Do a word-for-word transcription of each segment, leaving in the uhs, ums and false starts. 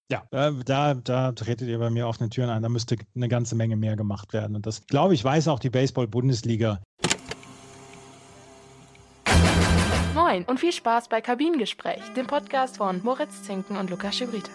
Ja, da, da tretet ihr bei mir offene Türen ein. Da müsste eine ganze Menge mehr gemacht werden. Und das, glaube ich, weiß auch die Baseball-Bundesliga. Moin und viel Spaß bei Kabinengespräch, dem Podcast von Moritz Zinken und Lukas Schibrita.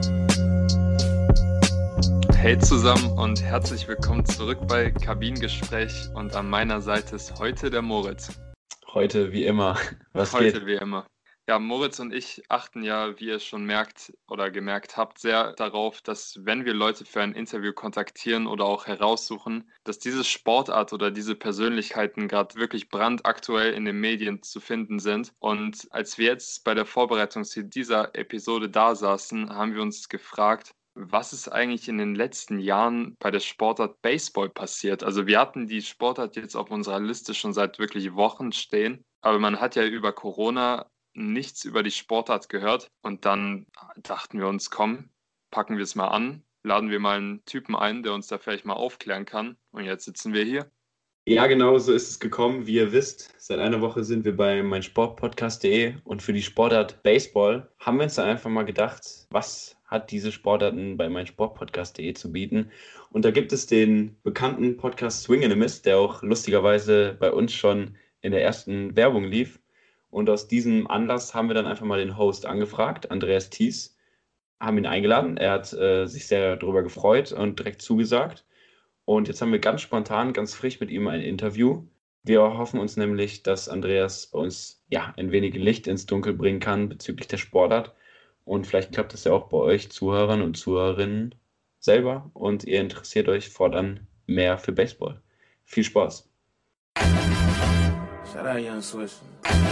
Hey zusammen und herzlich willkommen zurück bei Kabinengespräch. Und an meiner Seite ist heute der Moritz. Heute wie immer. Was Heute geht? wie immer. Ja, Moritz und ich achten ja, wie ihr schon merkt oder gemerkt habt, sehr darauf, dass wenn wir Leute für ein Interview kontaktieren oder auch heraussuchen, dass diese Sportart oder diese Persönlichkeiten gerade wirklich brandaktuell in den Medien zu finden sind. Und als wir jetzt bei der Vorbereitung zu dieser Episode da saßen, haben wir uns gefragt, was ist eigentlich in den letzten Jahren bei der Sportart Baseball passiert? Also wir hatten die Sportart jetzt auf unserer Liste schon seit wirklich Wochen stehen, aber man hat ja über Corona nichts über die Sportart gehört und dann dachten wir uns, komm, packen wir es mal an, laden wir mal einen Typen ein, der uns da vielleicht mal aufklären kann und jetzt sitzen wir hier. Ja, genau so ist es gekommen. Wie ihr wisst, seit einer Woche sind wir bei meinsportpodcast punkt de und für die Sportart Baseball haben wir uns dann einfach mal gedacht, was hat diese Sportarten bei meinsportpodcast punkt de zu bieten? Und da gibt es den bekannten Podcast Swing and a Miss, der auch lustigerweise bei uns schon in der ersten Werbung lief. Und aus diesem Anlass haben wir dann einfach mal den Host angefragt, Andreas Thies, haben ihn eingeladen. Er hat äh, sich sehr darüber gefreut und direkt zugesagt. Und jetzt haben wir ganz spontan, ganz frisch mit ihm ein Interview. Wir hoffen uns nämlich, dass Andreas bei uns ja ein wenig Licht ins Dunkel bringen kann bezüglich der Sportart. Und vielleicht klappt das ja auch bei euch Zuhörern und Zuhörerinnen selber und ihr interessiert euch fortan mehr für Baseball. Viel Spaß! Shout out Young Swiss.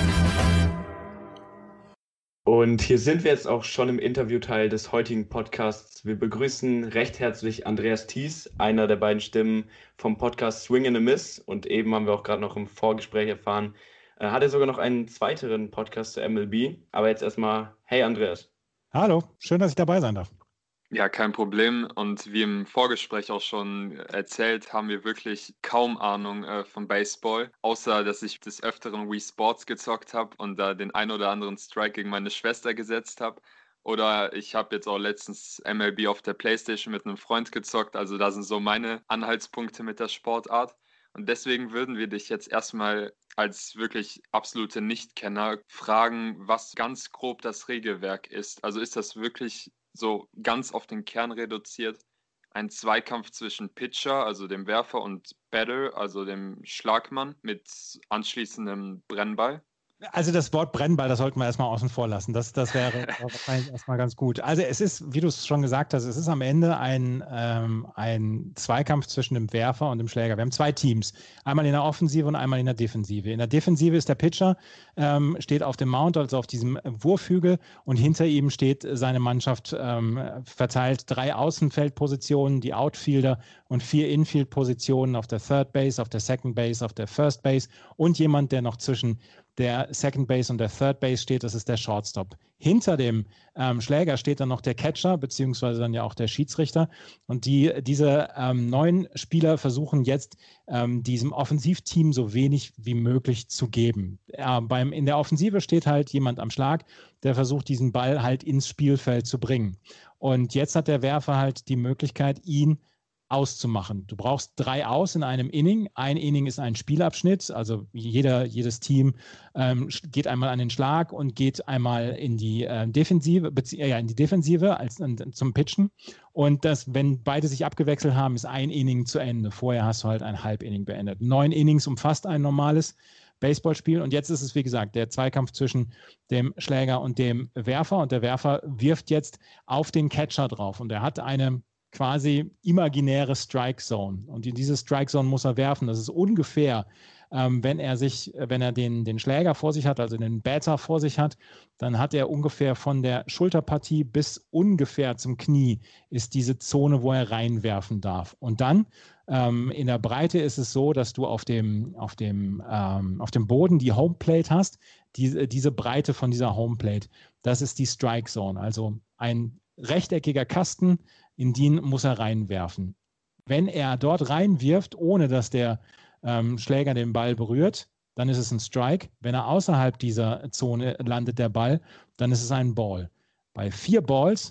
Und hier sind wir jetzt auch schon im Interviewteil des heutigen Podcasts. Wir begrüßen recht herzlich Andreas Thies, einer der beiden Stimmen vom Podcast Swing and a Miss. Und eben haben wir auch gerade noch im Vorgespräch erfahren, äh, hat er sogar noch einen zweiteren Podcast zur M L B. Aber jetzt erstmal, hey Andreas. Hallo, schön, dass ich dabei sein darf. Ja, kein Problem. Und wie im Vorgespräch auch schon erzählt, haben wir wirklich kaum Ahnung äh, von Baseball, außer dass ich des Öfteren Wii Sports gezockt habe und da den ein oder anderen Strike gegen meine Schwester gesetzt habe. Oder ich habe jetzt auch letztens M L B auf der PlayStation mit einem Freund gezockt. Also da sind so meine Anhaltspunkte mit der Sportart. Und deswegen würden wir dich jetzt erstmal als wirklich absolute Nichtkenner fragen, was ganz grob das Regelwerk ist. Also ist das wirklich so ganz auf den Kern reduziert ein Zweikampf zwischen Pitcher, also dem Werfer, und Batter, also dem Schlagmann, mit anschließendem Brennball? Also das Wort Brennball, das sollten wir erstmal außen vor lassen. Das, das wäre wahrscheinlich erstmal ganz gut. Also es ist, wie du es schon gesagt hast, es ist am Ende ein, ähm, ein Zweikampf zwischen dem Werfer und dem Schläger. Wir haben zwei Teams, einmal in der Offensive und einmal in der Defensive. In der Defensive ist der Pitcher, ähm, steht auf dem Mount, also auf diesem Wurfhügel, und hinter ihm steht seine Mannschaft ähm, verteilt drei Außenfeldpositionen, die Outfielder, und vier Infield-Positionen auf der Third Base, auf der Second Base, auf der First Base und jemand, der noch zwischen der Second Base und der Third Base steht, das ist der Shortstop. Hinter dem ähm, Schläger steht dann noch der Catcher, beziehungsweise dann ja auch der Schiedsrichter. Und die, diese ähm, neun Spieler versuchen jetzt, ähm, diesem Offensivteam so wenig wie möglich zu geben. Äh, beim, in der Offensive steht halt jemand am Schlag, der versucht, diesen Ball halt ins Spielfeld zu bringen. Und jetzt hat der Werfer halt die Möglichkeit, ihn auszumachen. Du brauchst drei aus in einem Inning. Ein Inning ist ein Spielabschnitt, also jeder, jedes Team ähm, geht einmal an den Schlag und geht einmal in die äh, Defensive, bezieh- ja, in die Defensive als, äh, zum Pitchen. Und das, wenn beide sich abgewechselt haben, ist ein Inning zu Ende. Vorher hast du halt ein Halbinning beendet. Neun Innings umfasst ein normales Baseballspiel. Und jetzt ist es, wie gesagt, der Zweikampf zwischen dem Schläger und dem Werfer. Und der Werfer wirft jetzt auf den Catcher drauf. Und er hat eine quasi imaginäre Strike Zone. Und in diese Strike Zone muss er werfen. Das ist ungefähr, ähm, wenn er sich, wenn er den, den Schläger vor sich hat, also den Batter vor sich hat, dann hat er ungefähr von der Schulterpartie bis ungefähr zum Knie ist diese Zone, wo er reinwerfen darf. Und dann ähm, in der Breite ist es so, dass du auf dem, auf dem, ähm, auf dem Boden die Homeplate hast. Die, diese Breite von dieser Homeplate, das ist die Strike Zone. Also ein rechteckiger Kasten, in den muss er reinwerfen. Wenn er dort reinwirft, ohne dass der ähm, Schläger den Ball berührt, dann ist es ein Strike. Wenn er außerhalb dieser Zone landet, der Ball, dann ist es ein Ball. Bei vier Balls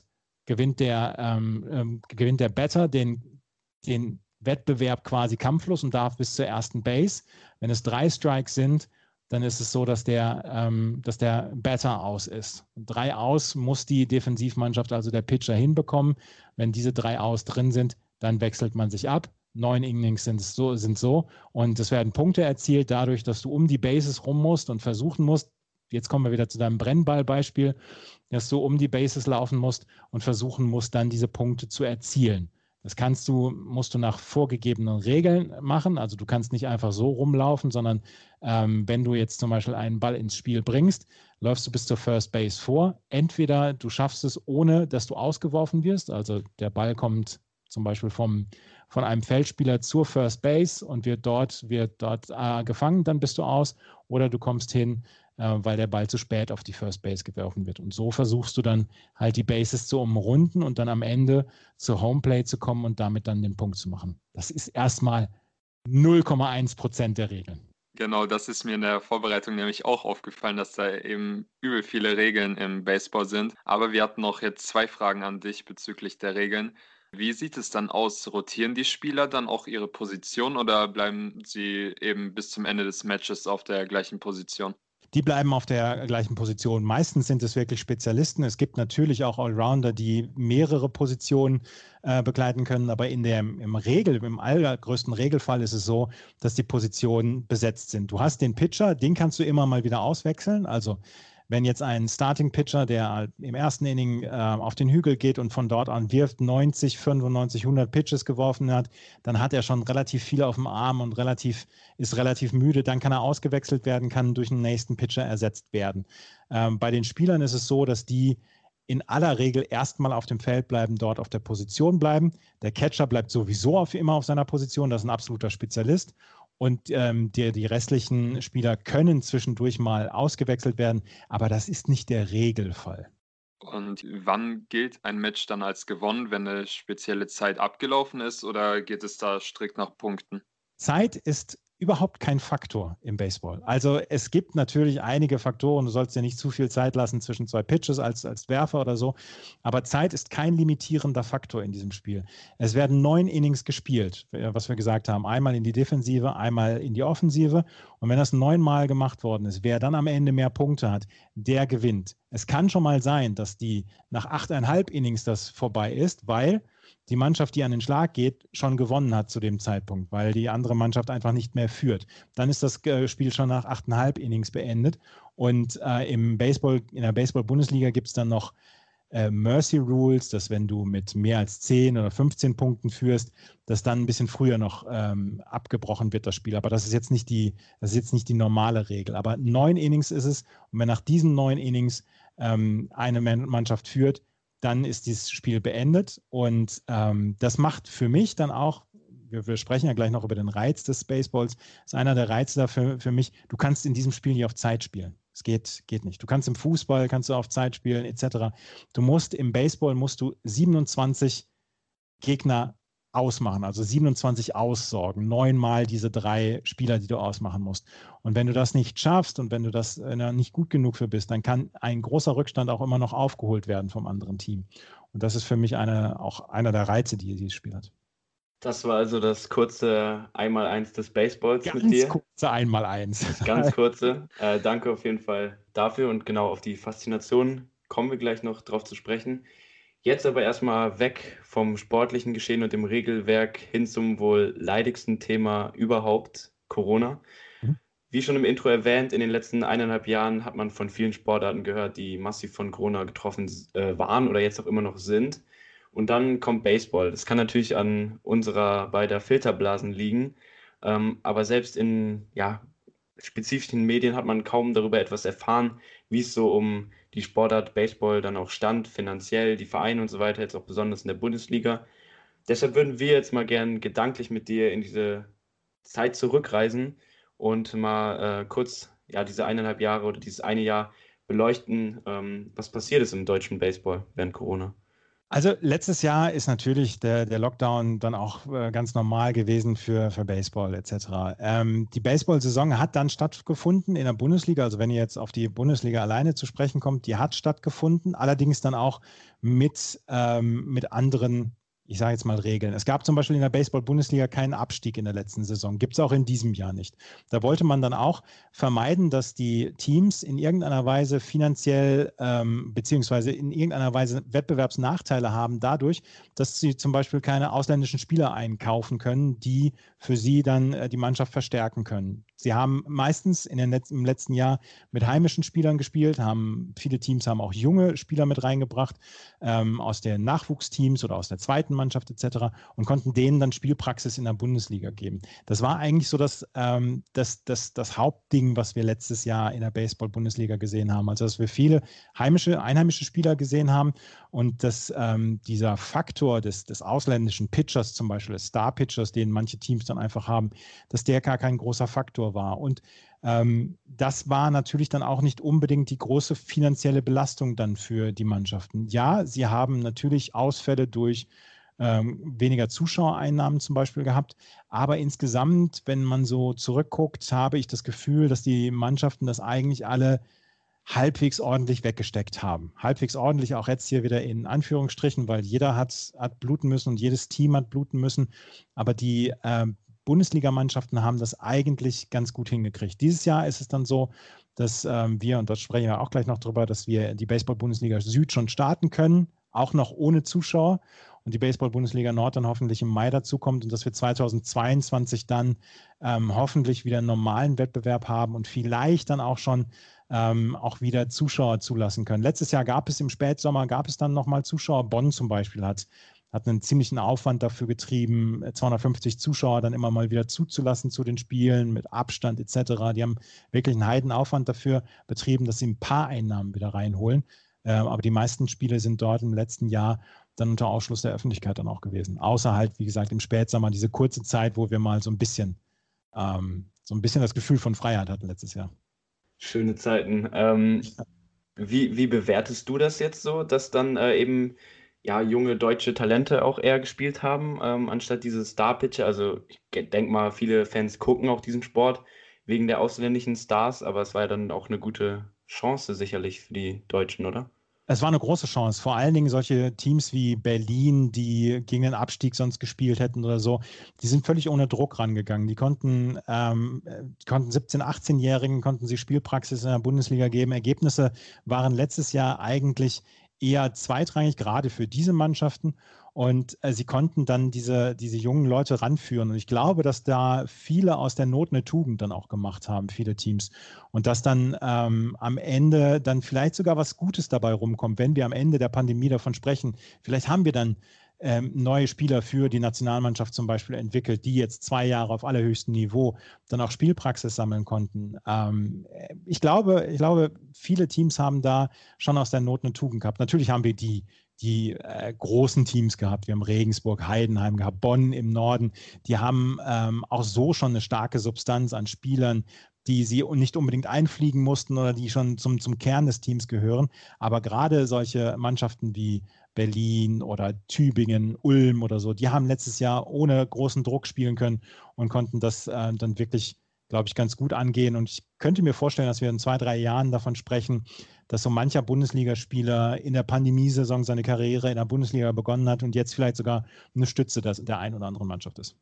gewinnt der, ähm, ähm, gewinnt der Batter den, den Wettbewerb quasi kampflos und darf bis zur ersten Base. Wenn es drei Strikes sind, dann ist es so, dass der, ähm, dass der Batter aus ist. Und drei aus muss die Defensivmannschaft, also der Pitcher, hinbekommen. Wenn diese drei aus drin sind, dann wechselt man sich ab. Neun Innings sind so, sind so. Und es werden Punkte erzielt dadurch, dass du um die Bases rum musst und versuchen musst, jetzt kommen wir wieder zu deinem Brennball-Beispiel, dass du um die Bases laufen musst und versuchen musst, dann diese Punkte zu erzielen. Das kannst du, musst du nach vorgegebenen Regeln machen. Also du kannst nicht einfach so rumlaufen, sondern ähm, wenn du jetzt zum Beispiel einen Ball ins Spiel bringst, läufst du bis zur First Base vor. Entweder du schaffst es, ohne dass du ausgeworfen wirst. Also der Ball kommt zum Beispiel vom, von einem Feldspieler zur First Base und wird dort, wird dort äh, gefangen, dann bist du aus. Oder du kommst hin, äh, weil der Ball zu spät auf die First Base geworfen wird. Und so versuchst du dann halt die Bases zu umrunden und dann am Ende zur Homeplate zu kommen und damit dann den Punkt zu machen. Das ist erstmal null Komma eins Prozent der Regeln. Genau, das ist mir in der Vorbereitung nämlich auch aufgefallen, dass da eben übel viele Regeln im Baseball sind. Aber wir hatten noch jetzt zwei Fragen an dich bezüglich der Regeln. Wie sieht es dann aus? Rotieren die Spieler dann auch ihre Position oder bleiben sie eben bis zum Ende des Matches auf der gleichen Position? Die bleiben auf der gleichen Position. Meistens sind es wirklich Spezialisten. Es gibt natürlich auch Allrounder, die mehrere Positionen äh, begleiten können, aber in der, im Regel, im allergrößten Regelfall ist es so, dass die Positionen besetzt sind. Du hast den Pitcher, den kannst du immer mal wieder auswechseln. Also wenn jetzt ein Starting-Pitcher, der im ersten Inning äh, auf den Hügel geht und von dort an wirft, neunzig, fünfundneunzig, hundert Pitches geworfen hat, dann hat er schon relativ viel auf dem Arm und relativ, ist relativ müde. Dann kann er ausgewechselt werden, kann durch einen nächsten Pitcher ersetzt werden. Ähm, bei den Spielern ist es so, dass die in aller Regel erstmal auf dem Feld bleiben, dort auf der Position bleiben. Der Catcher bleibt sowieso auf, immer auf seiner Position, das ist ein absoluter Spezialist. Und ähm, die, die restlichen Spieler können zwischendurch mal ausgewechselt werden, aber das ist nicht der Regelfall. Und wann gilt ein Match dann als gewonnen, wenn eine spezielle Zeit abgelaufen ist, oder geht es da strikt nach Punkten? Zeit ist überhaupt kein Faktor im Baseball. Also es gibt natürlich einige Faktoren, du sollst dir nicht zu viel Zeit lassen zwischen zwei Pitches als, als Werfer oder so, aber Zeit ist kein limitierender Faktor in diesem Spiel. Es werden neun Innings gespielt, was wir gesagt haben, einmal in die Defensive, einmal in die Offensive, und wenn das neunmal gemacht worden ist, wer dann am Ende mehr Punkte hat, der gewinnt. Es kann schon mal sein, dass die nach achteinhalb Innings das vorbei ist, weil die Mannschaft, die an den Schlag geht, schon gewonnen hat zu dem Zeitpunkt, weil die andere Mannschaft einfach nicht mehr führt. Dann ist das Spiel schon nach achteinhalb Innings beendet. Und äh, im Baseball, in der Baseball-Bundesliga gibt es dann noch äh, Mercy Rules, dass wenn du mit mehr als zehn oder fünfzehn Punkten führst, dass dann ein bisschen früher noch ähm, abgebrochen wird, das Spiel. Aber das ist jetzt nicht die, das ist jetzt nicht die normale Regel. Aber neun Innings ist es. Und wenn nach diesen neun Innings ähm, eine Mannschaft führt, dann ist dieses Spiel beendet. Und ähm, das macht für mich dann auch, wir, wir sprechen ja gleich noch über den Reiz des Baseballs, ist einer der Reize dafür für mich, du kannst in diesem Spiel nicht auf Zeit spielen. Es geht, geht nicht. Du kannst im Fußball, kannst du auf Zeit spielen, et cetera. Du musst im Baseball, musst du siebenundzwanzig Gegner ausmachen, also siebenundzwanzig aussorgen, neunmal diese drei Spieler, die du ausmachen musst. Und wenn du das nicht schaffst und wenn du das äh, nicht gut genug für bist, dann kann ein großer Rückstand auch immer noch aufgeholt werden vom anderen Team. Und das ist für mich eine, auch einer der Reize, die dieses Spiel hat. Das war also das kurze Einmaleins des Baseballs Ganz mit dir. Ganz kurze Einmaleins. Ganz kurze. Äh, danke auf jeden Fall dafür, und genau auf die Faszination kommen wir gleich noch drauf zu sprechen. Jetzt aber erstmal weg vom sportlichen Geschehen und dem Regelwerk hin zum wohl leidigsten Thema überhaupt, Corona. Mhm. Wie schon im Intro erwähnt, in den letzten eineinhalb Jahren hat man von vielen Sportarten gehört, die massiv von Corona getroffen äh, waren oder jetzt auch immer noch sind. Und dann kommt Baseball. Das kann natürlich an unserer beider Filterblasen liegen, ähm, aber selbst in ja, spezifischen Medien hat man kaum darüber etwas erfahren, wie es so um die Sportart Baseball dann auch stand, finanziell, die Vereine und so weiter, jetzt auch besonders in der Bundesliga. Deshalb würden wir jetzt mal gern gedanklich mit dir in diese Zeit zurückreisen und mal äh, kurz ja, diese eineinhalb Jahre oder dieses eine Jahr beleuchten, ähm, was passiert ist im deutschen Baseball während Corona. Also letztes Jahr ist natürlich der, der Lockdown dann auch äh, ganz normal gewesen für, für Baseball et cetera. Ähm, die Baseball-Saison hat dann stattgefunden in der Bundesliga. Also wenn ihr jetzt auf die Bundesliga alleine zu sprechen kommt, die hat stattgefunden, allerdings dann auch mit, ähm, mit anderen, ich sage jetzt mal, Regeln. Es gab zum Beispiel in der Baseball-Bundesliga keinen Abstieg in der letzten Saison. Gibt es auch in diesem Jahr nicht. Da wollte man dann auch vermeiden, dass die Teams in irgendeiner Weise finanziell ähm, beziehungsweise in irgendeiner Weise Wettbewerbsnachteile haben dadurch, dass sie zum Beispiel keine ausländischen Spieler einkaufen können, die für sie dann äh, die Mannschaft verstärken können. Sie haben meistens in den Letz- im letzten Jahr mit heimischen Spielern gespielt, haben viele Teams haben auch junge Spieler mit reingebracht, ähm, aus den Nachwuchsteams oder aus der zweiten Mannschaft et cetera und konnten denen dann Spielpraxis in der Bundesliga geben. Das war eigentlich so das, ähm, das, das, das Hauptding, was wir letztes Jahr in der Baseball-Bundesliga gesehen haben. Also dass wir viele heimische, einheimische Spieler gesehen haben und dass ähm, dieser Faktor des, des ausländischen Pitchers zum Beispiel, des Star-Pitchers, den manche Teams dann einfach haben, dass der gar kein großer Faktor war. Und ähm, das war natürlich dann auch nicht unbedingt die große finanzielle Belastung dann für die Mannschaften. Ja, sie haben natürlich Ausfälle durch ähm, weniger Zuschauereinnahmen zum Beispiel gehabt, aber insgesamt, wenn man so zurückguckt, habe ich das Gefühl, dass die Mannschaften das eigentlich alle halbwegs ordentlich weggesteckt haben. Halbwegs ordentlich auch jetzt hier wieder in Anführungsstrichen, weil jeder hat, hat bluten müssen und jedes Team hat bluten müssen, aber die äh, Bundesligamannschaften haben das eigentlich ganz gut hingekriegt. Dieses Jahr ist es dann so, dass ähm, wir, und das sprechen wir auch gleich noch drüber, dass wir die Baseball-Bundesliga Süd schon starten können, auch noch ohne Zuschauer und die Baseball-Bundesliga Nord dann hoffentlich im Mai dazukommt und dass wir zweitausendzweiundzwanzig dann ähm, hoffentlich wieder einen normalen Wettbewerb haben und vielleicht dann auch schon ähm, auch wieder Zuschauer zulassen können. Letztes Jahr gab es im Spätsommer, gab es dann nochmal Zuschauer. Bonn zum Beispiel hat hat einen ziemlichen Aufwand dafür getrieben, zweihundertfünfzig Zuschauer dann immer mal wieder zuzulassen zu den Spielen mit Abstand et cetera. Die haben wirklich einen Heidenaufwand dafür betrieben, dass sie ein paar Einnahmen wieder reinholen. Ähm, aber die meisten Spiele sind dort im letzten Jahr dann unter Ausschluss der Öffentlichkeit dann auch gewesen. Außer halt, wie gesagt, im Spätsommer diese kurze Zeit, wo wir mal so ein bisschen, ähm, so ein bisschen das Gefühl von Freiheit hatten letztes Jahr. Schöne Zeiten. Ähm, wie, wie bewertest du das jetzt so, dass dann äh, eben ja, junge deutsche Talente auch eher gespielt haben, ähm, anstatt diese Star-Pitcher? Also ich denke mal, viele Fans gucken auch diesen Sport wegen der ausländischen Stars, aber es war ja dann auch eine gute Chance sicherlich für die Deutschen, oder? Es war eine große Chance. Vor allen Dingen solche Teams wie Berlin, die gegen den Abstieg sonst gespielt hätten oder so, die sind völlig ohne Druck rangegangen. Die konnten, ähm, die konnten siebzehn-, achtzehnjährigen konnten sie Spielpraxis in der Bundesliga geben. Ergebnisse waren letztes Jahr eigentlich eher zweitrangig, gerade für diese Mannschaften. Und äh, sie konnten dann diese, diese jungen Leute ranführen. Und ich glaube, dass da viele aus der Not eine Tugend dann auch gemacht haben, viele Teams. Und dass dann ähm, am Ende dann vielleicht sogar was Gutes dabei rumkommt, wenn wir am Ende der Pandemie davon sprechen. Vielleicht haben wir dann ähm, neue Spieler für die Nationalmannschaft zum Beispiel entwickelt, die jetzt zwei Jahre auf allerhöchstem Niveau dann auch Spielpraxis sammeln konnten. Ähm, ich glaube, ich glaube, viele Teams haben da schon aus der Not eine Tugend gehabt. Natürlich haben wir die die äh, großen Teams gehabt. Wir haben Regensburg, Heidenheim gehabt, Bonn im Norden. Die haben ähm, auch so schon eine starke Substanz an Spielern, die sie nicht unbedingt einfliegen mussten oder die schon zum, zum Kern des Teams gehören. Aber gerade solche Mannschaften wie Berlin oder Tübingen, Ulm oder so, die haben letztes Jahr ohne großen Druck spielen können und konnten das äh, dann wirklich, glaube ich, ganz gut angehen. Und ich könnte mir vorstellen, dass wir in zwei, drei Jahren davon sprechen, dass so mancher Bundesligaspieler in der Pandemiesaison seine Karriere in der Bundesliga begonnen hat und jetzt vielleicht sogar eine Stütze der einen oder anderen Mannschaft ist.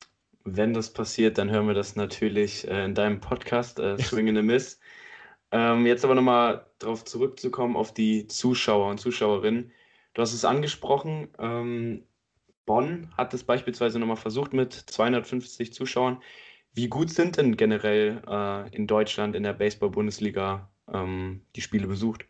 Wenn das passiert, dann hören wir das natürlich äh, in deinem Podcast, äh, Swing and a Miss. Ähm, jetzt aber nochmal darauf zurückzukommen, auf die Zuschauer und Zuschauerinnen. Du hast es angesprochen, ähm, Bonn hat es beispielsweise nochmal versucht mit zweihundertfünfzig Zuschauern. Wie gut sind denn generell äh, in Deutschland in der Baseball-Bundesliga ähm, die Spiele besucht?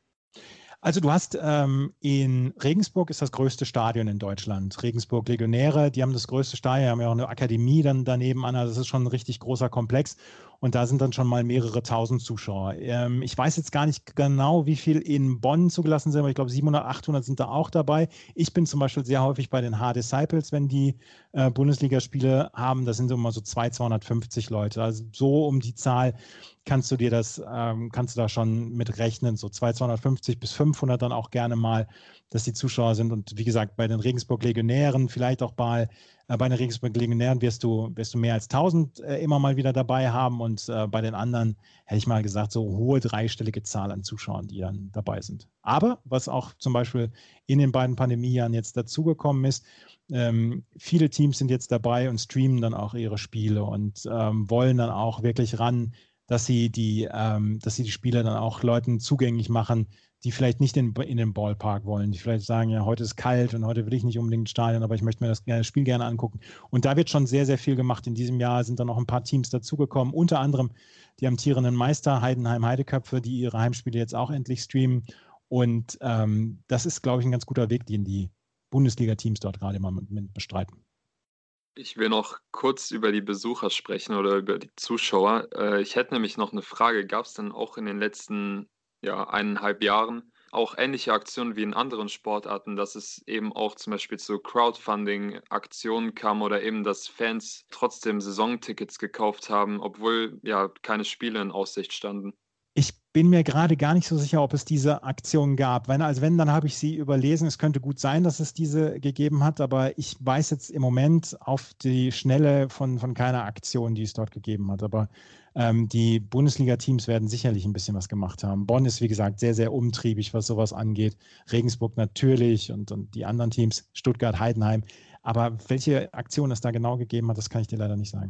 Also du hast ähm, in Regensburg ist das größte Stadion in Deutschland. Regensburg Legionäre, die haben das größte Stadion, haben ja auch eine Akademie dann daneben an. Also das ist schon ein richtig großer Komplex. Und da sind dann schon mal mehrere tausend Zuschauer. Ähm, ich weiß jetzt gar nicht genau, wie viel in Bonn zugelassen sind, aber ich glaube siebenhundert, achthundert sind da auch dabei. Ich bin zum Beispiel sehr häufig bei den H-Disciples, wenn die äh, Bundesligaspiele haben. Das sind so immer so zweihundert, zweihundertfünfzig Leute. Also so um die Zahl kannst du dir das, ähm, kannst du da schon mit rechnen. So zweihundert, zweihundertfünfzig bis fünfhundert dann auch gerne mal, dass die Zuschauer sind. Und wie gesagt, bei den Regensburg-Legionären, vielleicht auch bei, äh, bei den Regensburg-Legionären wirst du, wirst du mehr als tausend äh, immer mal wieder dabei haben. Und äh, bei den anderen hätte ich mal gesagt, so hohe dreistellige Zahl an Zuschauern, die dann dabei sind. Aber was auch zum Beispiel in den beiden Pandemiejahren jetzt dazugekommen ist, ähm, viele Teams sind jetzt dabei und streamen dann auch ihre Spiele und ähm, wollen dann auch wirklich ran, dass sie die, ähm, dass sie die Spiele dann auch Leuten zugänglich machen, die vielleicht nicht in, in den Ballpark wollen, die vielleicht sagen, ja, heute ist kalt und heute will ich nicht unbedingt ins Stadion, aber ich möchte mir das, das Spiel gerne angucken. Und da wird schon sehr, sehr viel gemacht. In diesem Jahr sind dann noch ein paar Teams dazugekommen, unter anderem die amtierenden Meister Heidenheim Heideköpfe, die ihre Heimspiele jetzt auch endlich streamen. Und ähm, das ist, glaube ich, ein ganz guter Weg, den die Bundesliga-Teams dort gerade immer mit, mit bestreiten. Ich will noch kurz über die Besucher sprechen oder über die Zuschauer. Äh, ich hätte nämlich noch eine Frage. Gab es denn auch in den letzten ja, eineinhalb Jahren auch ähnliche Aktionen wie in anderen Sportarten, dass es eben auch zum Beispiel zu Crowdfunding-Aktionen kam oder eben, dass Fans trotzdem Saisontickets gekauft haben, obwohl ja keine Spiele in Aussicht standen? Ich bin mir gerade gar nicht so sicher, ob es diese Aktion gab. Wenn, also wenn, dann habe ich sie überlesen. Es könnte gut sein, dass es diese gegeben hat, aber ich weiß jetzt im Moment auf die Schnelle von, von keiner Aktion, die es dort gegeben hat. Aber ähm, die Bundesliga-Teams werden sicherlich ein bisschen was gemacht haben. Bonn ist, wie gesagt, sehr, sehr umtriebig, was sowas angeht. Regensburg natürlich und, und die anderen Teams, Stuttgart, Heidenheim. Aber welche Aktion es da genau gegeben hat, das kann ich dir leider nicht sagen.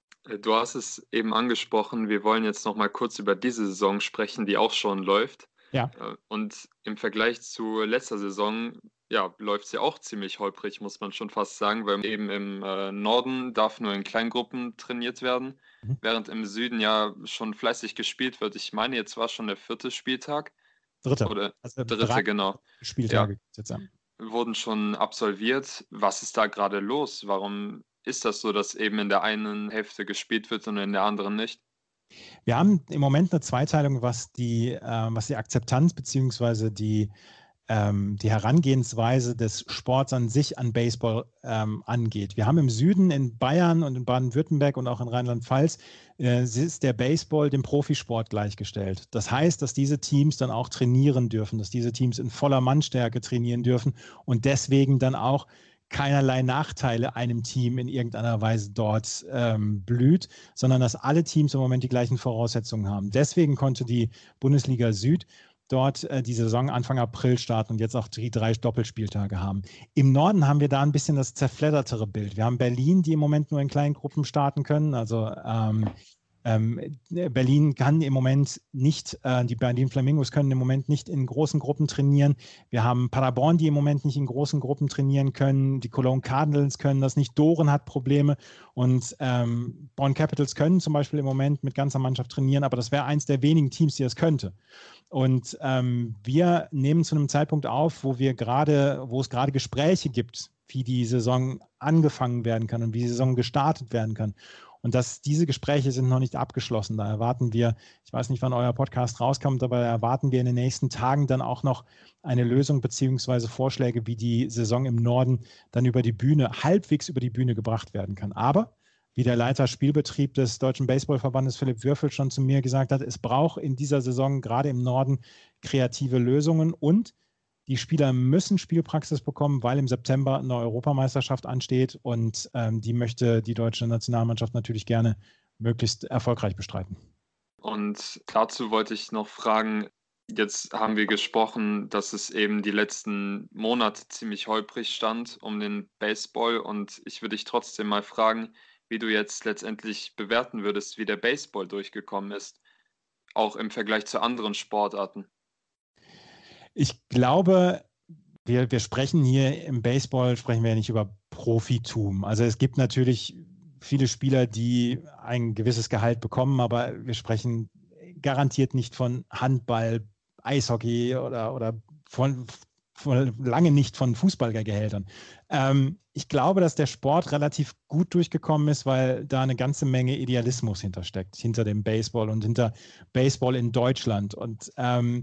Du hast es eben angesprochen, wir wollen jetzt noch mal kurz über diese Saison sprechen, die auch schon läuft. Ja. Und im Vergleich zu letzter Saison, ja, läuft sie auch ziemlich holprig, muss man schon fast sagen, weil eben im äh, Norden darf nur in Kleingruppen trainiert werden, mhm. während im Süden ja schon fleißig gespielt wird. Ich meine, jetzt war schon der vierte Spieltag. Dritte. Oder also dritte, drei genau. Spieltage ja. jetzt an. Wurden schon absolviert. Was ist da gerade los? Warum ist das so, dass eben in der einen Hälfte gespielt wird und in der anderen nicht? Wir haben im Moment eine Zweiteilung, was die, äh, was die Akzeptanz bzw. die, ähm, die Herangehensweise des Sports an sich an Baseball ähm, angeht. Wir haben im Süden in Bayern und in Baden-Württemberg und auch in Rheinland-Pfalz äh, ist der Baseball dem Profisport gleichgestellt. Das heißt, dass diese Teams dann auch trainieren dürfen, dass diese Teams in voller Mannstärke trainieren dürfen und deswegen dann auch keinerlei Nachteile einem Team in irgendeiner Weise dort ähm, blüht, sondern dass alle Teams im Moment die gleichen Voraussetzungen haben. Deswegen konnte die Bundesliga Süd dort äh, die Saison Anfang April starten und jetzt auch die drei Doppelspieltage haben. Im Norden haben wir da ein bisschen das zerfleddertere Bild. Wir haben Berlin, die im Moment nur in kleinen Gruppen starten können, also ähm, Ähm, Berlin kann im Moment nicht, äh, die Berlin Flamingos können im Moment nicht in großen Gruppen trainieren. Wir haben Paderborn, die im Moment nicht in großen Gruppen trainieren können. Die Cologne Cardinals können das nicht. Doren hat Probleme und ähm, Bonn Capitals können zum Beispiel im Moment mit ganzer Mannschaft trainieren, aber das wäre eins der wenigen Teams, die das könnte. Und ähm, wir nehmen zu einem Zeitpunkt auf, wo wir gerade, wo es gerade Gespräche gibt, wie die Saison angefangen werden kann und wie die Saison gestartet werden kann. Und dass diese Gespräche sind noch nicht abgeschlossen. Da erwarten wir, ich weiß nicht, wann euer Podcast rauskommt, aber erwarten wir in den nächsten Tagen dann auch noch eine Lösung beziehungsweise Vorschläge, wie die Saison im Norden dann über die Bühne, halbwegs über die Bühne gebracht werden kann. Aber wie der Leiter Spielbetrieb des Deutschen Baseballverbandes Philipp Würfel schon zu mir gesagt hat, es braucht in dieser Saison gerade im Norden kreative Lösungen und die Spieler müssen Spielpraxis bekommen, weil im September eine Europameisterschaft ansteht und ähm, die möchte die deutsche Nationalmannschaft natürlich gerne möglichst erfolgreich bestreiten. Und dazu wollte ich noch fragen, jetzt haben wir gesprochen, dass es eben die letzten Monate ziemlich holprig stand um den Baseball und ich würde dich trotzdem mal fragen, wie du jetzt letztendlich bewerten würdest, wie der Baseball durchgekommen ist, auch im Vergleich zu anderen Sportarten. Ich glaube, wir, wir sprechen hier im Baseball, sprechen wir ja nicht über Profitum. Also es gibt natürlich viele Spieler, die ein gewisses Gehalt bekommen, aber wir sprechen garantiert nicht von Handball, Eishockey oder, oder von lange nicht von Fußballgehältern. Ähm, ich glaube, dass der Sport relativ gut durchgekommen ist, weil da eine ganze Menge Idealismus hintersteckt, hinter dem Baseball und hinter Baseball in Deutschland. Und ähm,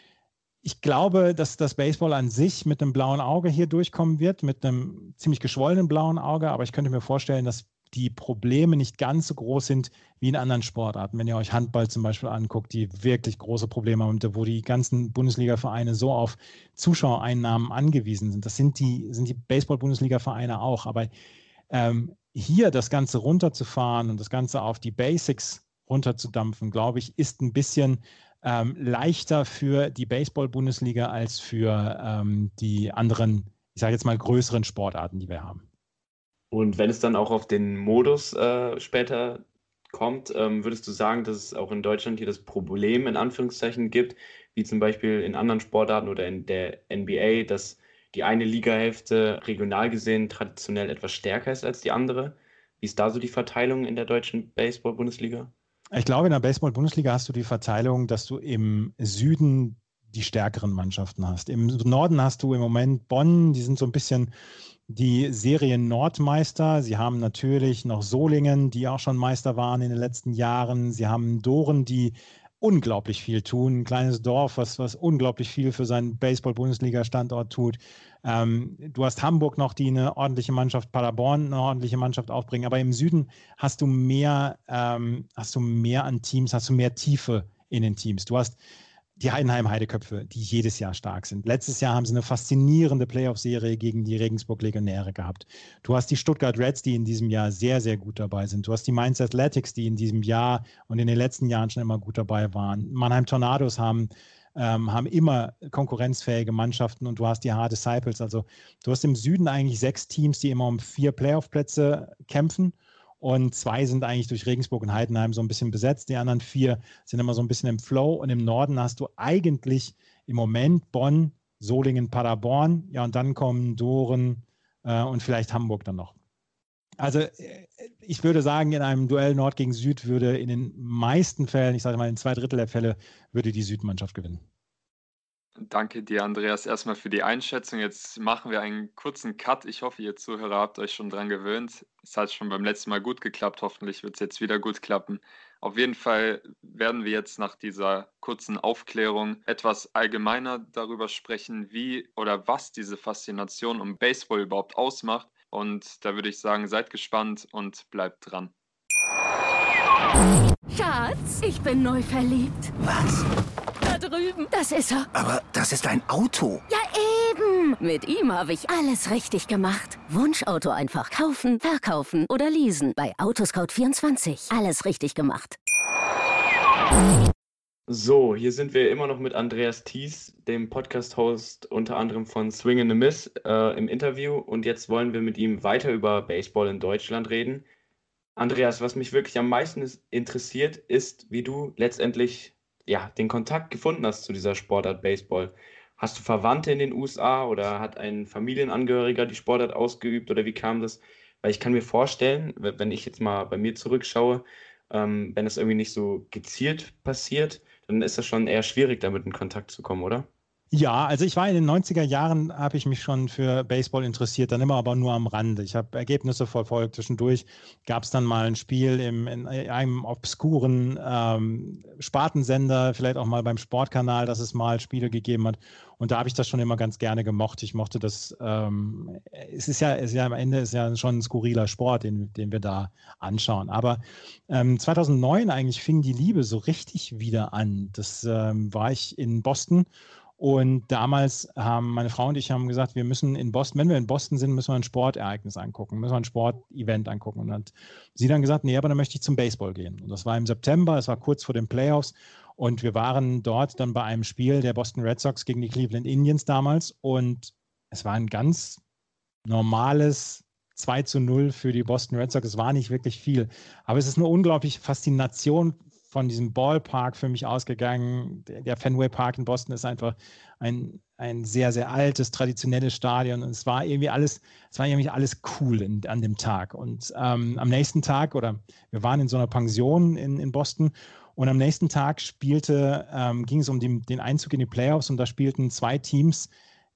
ich glaube, dass das Baseball an sich mit einem blauen Auge hier durchkommen wird, mit einem ziemlich geschwollenen blauen Auge, aber ich könnte mir vorstellen, dass die Probleme nicht ganz so groß sind wie in anderen Sportarten. Wenn ihr euch Handball zum Beispiel anguckt, die wirklich große Probleme haben, wo die ganzen Bundesliga-Vereine so auf Zuschauereinnahmen angewiesen sind. Das sind die, sind die Baseball-Bundesliga-Vereine auch. Aber ähm, hier das Ganze runterzufahren und das Ganze auf die Basics runterzudampfen, glaube ich, ist ein bisschen ähm, leichter für die Baseball-Bundesliga als für ähm, die anderen, ich sage jetzt mal, größeren Sportarten, die wir haben. Und wenn es dann auch auf den Modus äh, später kommt, ähm, würdest du sagen, dass es auch in Deutschland hier das Problem in Anführungszeichen gibt, wie zum Beispiel in anderen Sportarten oder in der N B A, dass die eine Ligahälfte regional gesehen traditionell etwas stärker ist als die andere? Wie ist da so die Verteilung in der deutschen Baseball-Bundesliga? Ich glaube, in der Baseball-Bundesliga hast du die Verteilung, dass du im Süden die stärkeren Mannschaften hast. Im Norden hast du im Moment Bonn, die sind so ein bisschen die Serien-Nordmeister. Sie haben natürlich noch Solingen, die auch schon Meister waren in den letzten Jahren. Sie haben Doren, die unglaublich viel tun. Ein kleines Dorf, was, was unglaublich viel für seinen Baseball-Bundesliga-Standort tut. Ähm, du hast Hamburg noch, die eine ordentliche Mannschaft, Paderborn eine ordentliche Mannschaft aufbringen. Aber im Süden hast du mehr, ähm, hast du mehr an Teams, hast du mehr Tiefe in den Teams. Du hast die Heidenheim-Heideköpfe, die jedes Jahr stark sind. Letztes Jahr haben sie eine faszinierende Playoff-Serie gegen die Regensburg-Legionäre gehabt. Du hast die Stuttgart Reds, die in diesem Jahr sehr, sehr gut dabei sind. Du hast die Mainz Athletics, die in diesem Jahr und in den letzten Jahren schon immer gut dabei waren. Mannheim Tornados haben, ähm, haben immer konkurrenzfähige Mannschaften und du hast die Hard Disciples. Also du hast im Süden eigentlich sechs Teams, die immer um vier Playoff-Plätze kämpfen. Und zwei sind eigentlich durch Regensburg und Heidenheim so ein bisschen besetzt. Die anderen vier sind immer so ein bisschen im Flow. Und im Norden hast du eigentlich im Moment Bonn, Solingen, Paderborn. Ja, und dann kommen Doren äh, und vielleicht Hamburg dann noch. Also ich würde sagen, in einem Duell Nord gegen Süd würde in den meisten Fällen, ich sage mal in zwei Drittel der Fälle, würde die Südmannschaft gewinnen. Danke dir, Andreas, erstmal für die Einschätzung. Jetzt machen wir einen kurzen Cut. Ich hoffe, ihr Zuhörer habt euch schon dran gewöhnt. Es hat schon beim letzten Mal gut geklappt. Hoffentlich wird es jetzt wieder gut klappen. Auf jeden Fall werden wir jetzt nach dieser kurzen Aufklärung etwas allgemeiner darüber sprechen, wie oder was diese Faszination um Baseball überhaupt ausmacht. Und da würde ich sagen, seid gespannt und bleibt dran. Schatz, ich bin neu verliebt. Was? Da drüben. Das ist er. Aber das ist ein Auto. Ja, eben. Mit ihm habe ich alles richtig gemacht. Wunschauto einfach kaufen, verkaufen oder leasen. Bei Autoscout vierundzwanzig. Alles richtig gemacht. So, hier sind wir immer noch mit Andreas Thies, dem Podcast-Host unter anderem von Swing and a Miss, äh, im Interview. Und jetzt wollen wir mit ihm weiter über Baseball in Deutschland reden. Andreas, was mich wirklich am meisten interessiert, ist, wie du letztendlich ja, den Kontakt gefunden hast zu dieser Sportart Baseball. Hast du Verwandte in den U S A oder hat ein Familienangehöriger die Sportart ausgeübt oder wie kam das? Weil ich kann mir vorstellen, wenn ich jetzt mal bei mir zurückschaue, ähm, wenn das irgendwie nicht so gezielt passiert, dann ist das schon eher schwierig, damit in Kontakt zu kommen, oder? Ja, also ich war in den neunziger Jahren, habe ich mich schon für Baseball interessiert, dann immer aber nur am Rande. Ich habe Ergebnisse verfolgt. Zwischendurch gab es dann mal ein Spiel im, in einem obskuren ähm, Spartensender, vielleicht auch mal beim Sportkanal, dass es mal Spiele gegeben hat. Und da habe ich das schon immer ganz gerne gemocht. Ich mochte das, ähm, es ist ja, es ist ja am Ende ist ja schon ein skurriler Sport, den, den wir da anschauen. Aber ähm, zweitausendneun eigentlich fing die Liebe so richtig wieder an. Das ähm, war ich in Boston. Und damals haben meine Frau und ich haben gesagt, wir müssen in Boston, wenn wir in Boston sind, müssen wir ein Sportereignis angucken, müssen wir ein Sportevent angucken. Und dann hat sie dann gesagt, nee, aber dann möchte ich zum Baseball gehen. Und das war im September, es war kurz vor den Playoffs. Und wir waren dort dann bei einem Spiel der Boston Red Sox gegen die Cleveland Indians damals. Und es war ein ganz normales zwei zu null für die Boston Red Sox. Es war nicht wirklich viel. Aber es ist eine unglaubliche Faszination von diesem Ballpark für mich ausgegangen. Der Fenway Park in Boston ist einfach ein, ein sehr, sehr altes, traditionelles Stadion. Und es war irgendwie alles, es war irgendwie alles cool in, an dem Tag. Und ähm, am nächsten Tag, oder wir waren in so einer Pension in, in Boston, und am nächsten Tag spielte, ähm, ging es um die, den Einzug in die Playoffs und da spielten zwei Teams,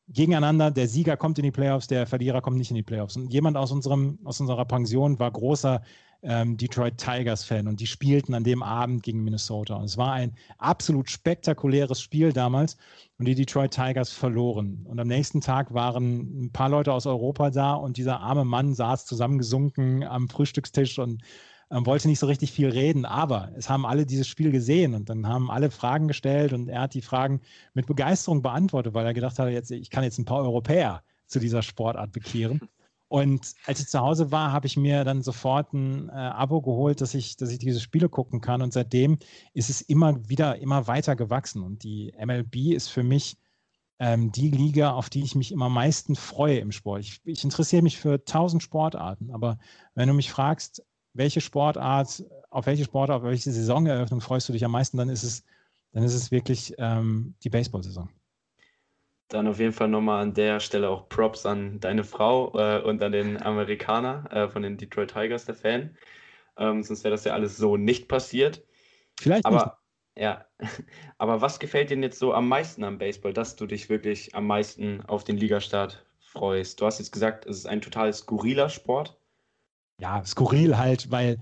gegeneinander, der Sieger kommt in die Playoffs, der Verlierer kommt nicht in die Playoffs. Und jemand aus, unserem, aus unserer Pension war großer ähm, Detroit Tigers-Fan und die spielten an dem Abend gegen Minnesota. Und es war ein absolut spektakuläres Spiel damals und die Detroit Tigers verloren. Und am nächsten Tag waren ein paar Leute aus Europa da und dieser arme Mann saß zusammengesunken am Frühstückstisch und ähm, wollte nicht so richtig viel reden, aber es haben alle dieses Spiel gesehen und dann haben alle Fragen gestellt und er hat die Fragen mit Begeisterung beantwortet, weil er gedacht hat, jetzt, ich kann jetzt ein paar Europäer zu dieser Sportart bekehren. Und als ich zu Hause war, habe ich mir dann sofort ein äh, Abo geholt, dass ich, dass ich diese Spiele gucken kann und seitdem ist es immer wieder, immer weiter gewachsen und die M L B ist für mich ähm, die Liga, auf die ich mich immer am meisten freue im Sport. Ich, ich interessiere mich für tausend Sportarten, aber wenn du mich fragst, welche Sportart, auf welche Sportart, auf welche Saisoneröffnung freust du dich am meisten, dann ist es, dann ist es wirklich ähm, die Baseball-Saison. Dann auf jeden Fall nochmal an der Stelle auch Props an deine Frau äh, und an den Amerikaner äh, von den Detroit Tigers, der Fan. Ähm, sonst wäre das ja alles so nicht passiert. Vielleicht aber, nicht. Ja, aber was gefällt dir jetzt so am meisten am Baseball, dass du dich wirklich am meisten auf den Ligastart freust? Du hast jetzt gesagt, es ist ein total skurriler Sport. Ja, skurril halt, weil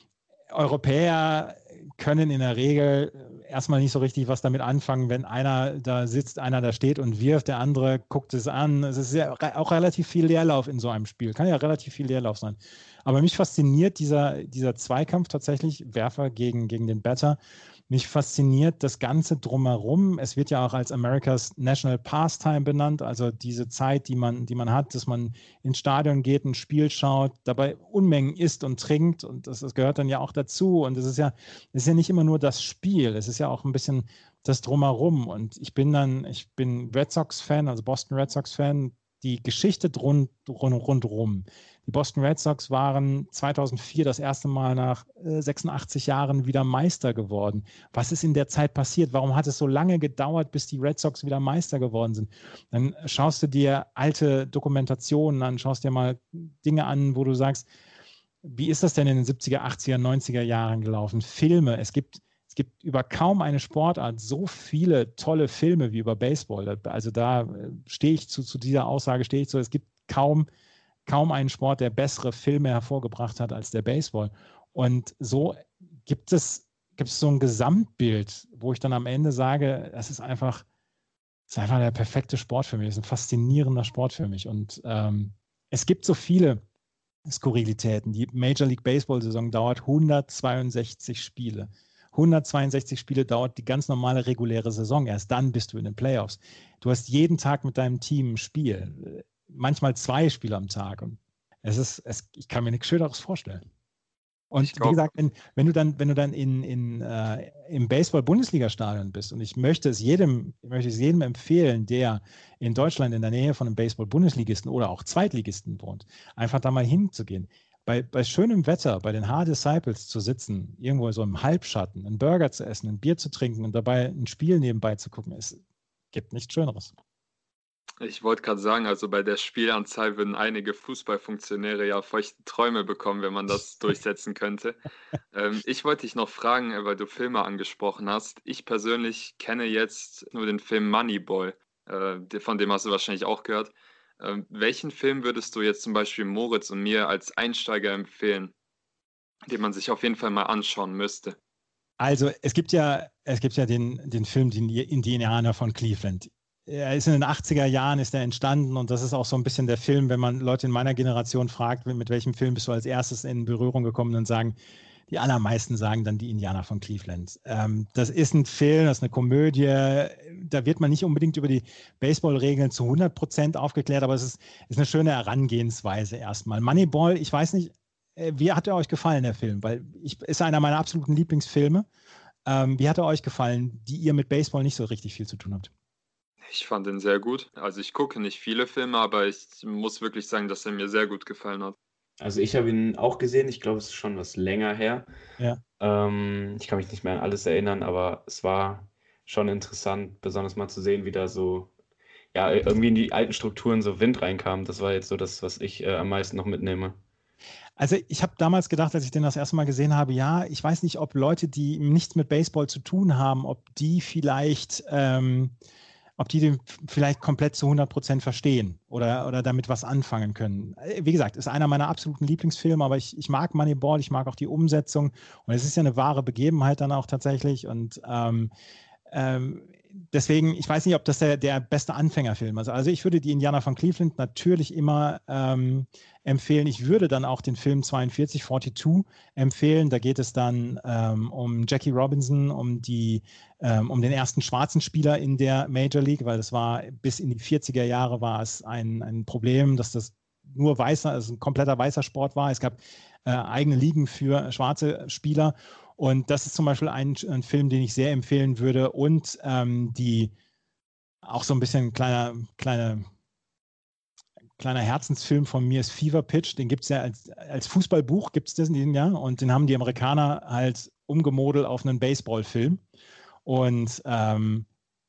Europäer können in der Regel erstmal nicht so richtig was damit anfangen, wenn einer da sitzt, einer da steht und wirft, der andere guckt es an. Es ist ja auch relativ viel Leerlauf in so einem Spiel. Kann ja relativ viel Leerlauf sein. Aber mich fasziniert dieser, dieser Zweikampf tatsächlich, Werfer gegen, gegen den Batter. Mich fasziniert das Ganze drumherum. Es wird ja auch als America's National Pastime benannt, also diese Zeit, die man, die man hat, dass man ins Stadion geht, ein Spiel schaut, dabei Unmengen isst und trinkt und das, das gehört dann ja auch dazu. Und es ist ja, es ist ja nicht immer nur das Spiel, es ist ja auch ein bisschen das Drumherum. Und ich bin dann, ich bin Red Sox-Fan, also Boston Red Sox-Fan, die Geschichte rund, rund, rundherum. Die Boston Red Sox waren zweitausendvier das erste Mal nach äh, sechsundachtzig Jahren wieder Meister geworden. Was ist in der Zeit passiert? Warum hat es so lange gedauert, bis die Red Sox wieder Meister geworden sind? Dann schaust du dir alte Dokumentationen an, schaust dir mal Dinge an, wo du sagst, wie ist das denn in den siebziger, achtziger, neunziger Jahren gelaufen? Filme, es gibt Es gibt über kaum eine Sportart so viele tolle Filme wie über Baseball. Also da stehe ich zu, zu dieser Aussage, stehe ich zu, es gibt kaum, kaum einen Sport, der bessere Filme hervorgebracht hat als der Baseball. Und so gibt es, gibt es so ein Gesamtbild, wo ich dann am Ende sage, das ist einfach, das ist einfach der perfekte Sport für mich, das ist ein faszinierender Sport für mich. Und ähm, es gibt so viele Skurrilitäten. Die Major League Baseball-Saison dauert hundertzweiundsechzig Spiele. hundertzweiundsechzig Spiele dauert die ganz normale reguläre Saison. Erst dann bist du in den Playoffs. Du hast jeden Tag mit deinem Team ein Spiel. Manchmal zwei Spiele am Tag. Und es ist, es, ich kann mir nichts Schöneres vorstellen. Und Ich glaub- wie gesagt, wenn, wenn du dann, wenn du dann in, in, äh, im Baseball-Bundesliga-Stadion bist, und ich möchte es jedem, ich möchte es jedem empfehlen, der in Deutschland in der Nähe von einem Baseball-Bundesligisten oder auch Zweitligisten wohnt, einfach da mal hinzugehen. Bei, bei schönem Wetter, bei den Hard Disciples zu sitzen, irgendwo so im Halbschatten, einen Burger zu essen, ein Bier zu trinken und dabei ein Spiel nebenbei zu gucken, es gibt nichts Schöneres. Ich wollte gerade sagen, also bei der Spielanzahl würden einige Fußballfunktionäre ja feuchte Träume bekommen, wenn man das durchsetzen könnte. Ähm, ich wollte dich noch fragen, weil du Filme angesprochen hast. Ich persönlich kenne jetzt nur den Film Moneyball. Äh, der- von dem hast du wahrscheinlich auch gehört. Ähm, welchen Film würdest du jetzt zum Beispiel Moritz und mir als Einsteiger empfehlen, den man sich auf jeden Fall mal anschauen müsste? Also es gibt ja, es gibt ja den, den Film Die Indianer von Cleveland. Er ist in den achtziger Jahren ist er entstanden und das ist auch so ein bisschen der Film, wenn man Leute in meiner Generation fragt, mit welchem Film bist du als erstes in Berührung gekommen, dann sagen die allermeisten sagen dann die Indianer von Cleveland. Ähm, das ist ein Film, das ist eine Komödie, da wird man nicht unbedingt über die Baseballregeln zu hundert Prozent aufgeklärt, aber es ist, ist eine schöne Herangehensweise erstmal. Moneyball, ich weiß nicht, äh, wie hat er euch gefallen, der Film? Weil ich ist einer meiner absoluten Lieblingsfilme. Ähm, wie hat er euch gefallen, die ihr mit Baseball nicht so richtig viel zu tun habt? Ich fand ihn sehr gut. Also ich gucke nicht viele Filme, aber ich muss wirklich sagen, dass er mir sehr gut gefallen hat. Also ich habe ihn auch gesehen, ich glaube, es ist schon was länger her. Ja. Ähm, ich kann mich nicht mehr an alles erinnern, aber es war schon interessant, besonders mal zu sehen, wie da so, ja, irgendwie in die alten Strukturen so Wind reinkam. Das war jetzt so das, was ich äh, am meisten noch mitnehme. Also ich habe damals gedacht, als ich den das erste Mal gesehen habe, ja, ich weiß nicht, ob Leute, die nichts mit Baseball zu tun haben, ob die vielleicht, ähm, ob die den vielleicht komplett zu hundert Prozent verstehen oder, oder damit was anfangen können. Wie gesagt, ist einer meiner absoluten Lieblingsfilme, aber ich, ich mag Moneyball, ich mag auch die Umsetzung und es ist ja eine wahre Begebenheit dann auch tatsächlich und ähm, ähm, deswegen, ich weiß nicht, ob das der, der beste Anfängerfilm ist. Also ich würde die Indianer von Cleveland natürlich immer ähm, empfehlen. Ich würde dann auch den Film zweiundvierzig, zweiundvierzig empfehlen. Da geht es dann ähm, um Jackie Robinson, um, die, ähm, um den ersten schwarzen Spieler in der Major League, weil das war bis in die vierziger Jahre war es ein, ein Problem, dass das nur weißer, also ein kompletter weißer Sport war. Es gab äh, eigene Ligen für schwarze Spieler. Und das ist zum Beispiel ein, ein Film, den ich sehr empfehlen würde. Und ähm, die auch so ein bisschen kleiner, kleiner, kleiner Herzensfilm von mir ist Fever Pitch. Den gibt es ja als, als Fußballbuch, gibt es das in diesem Jahr. Und den haben die Amerikaner halt umgemodelt auf einen Baseballfilm. Und ähm,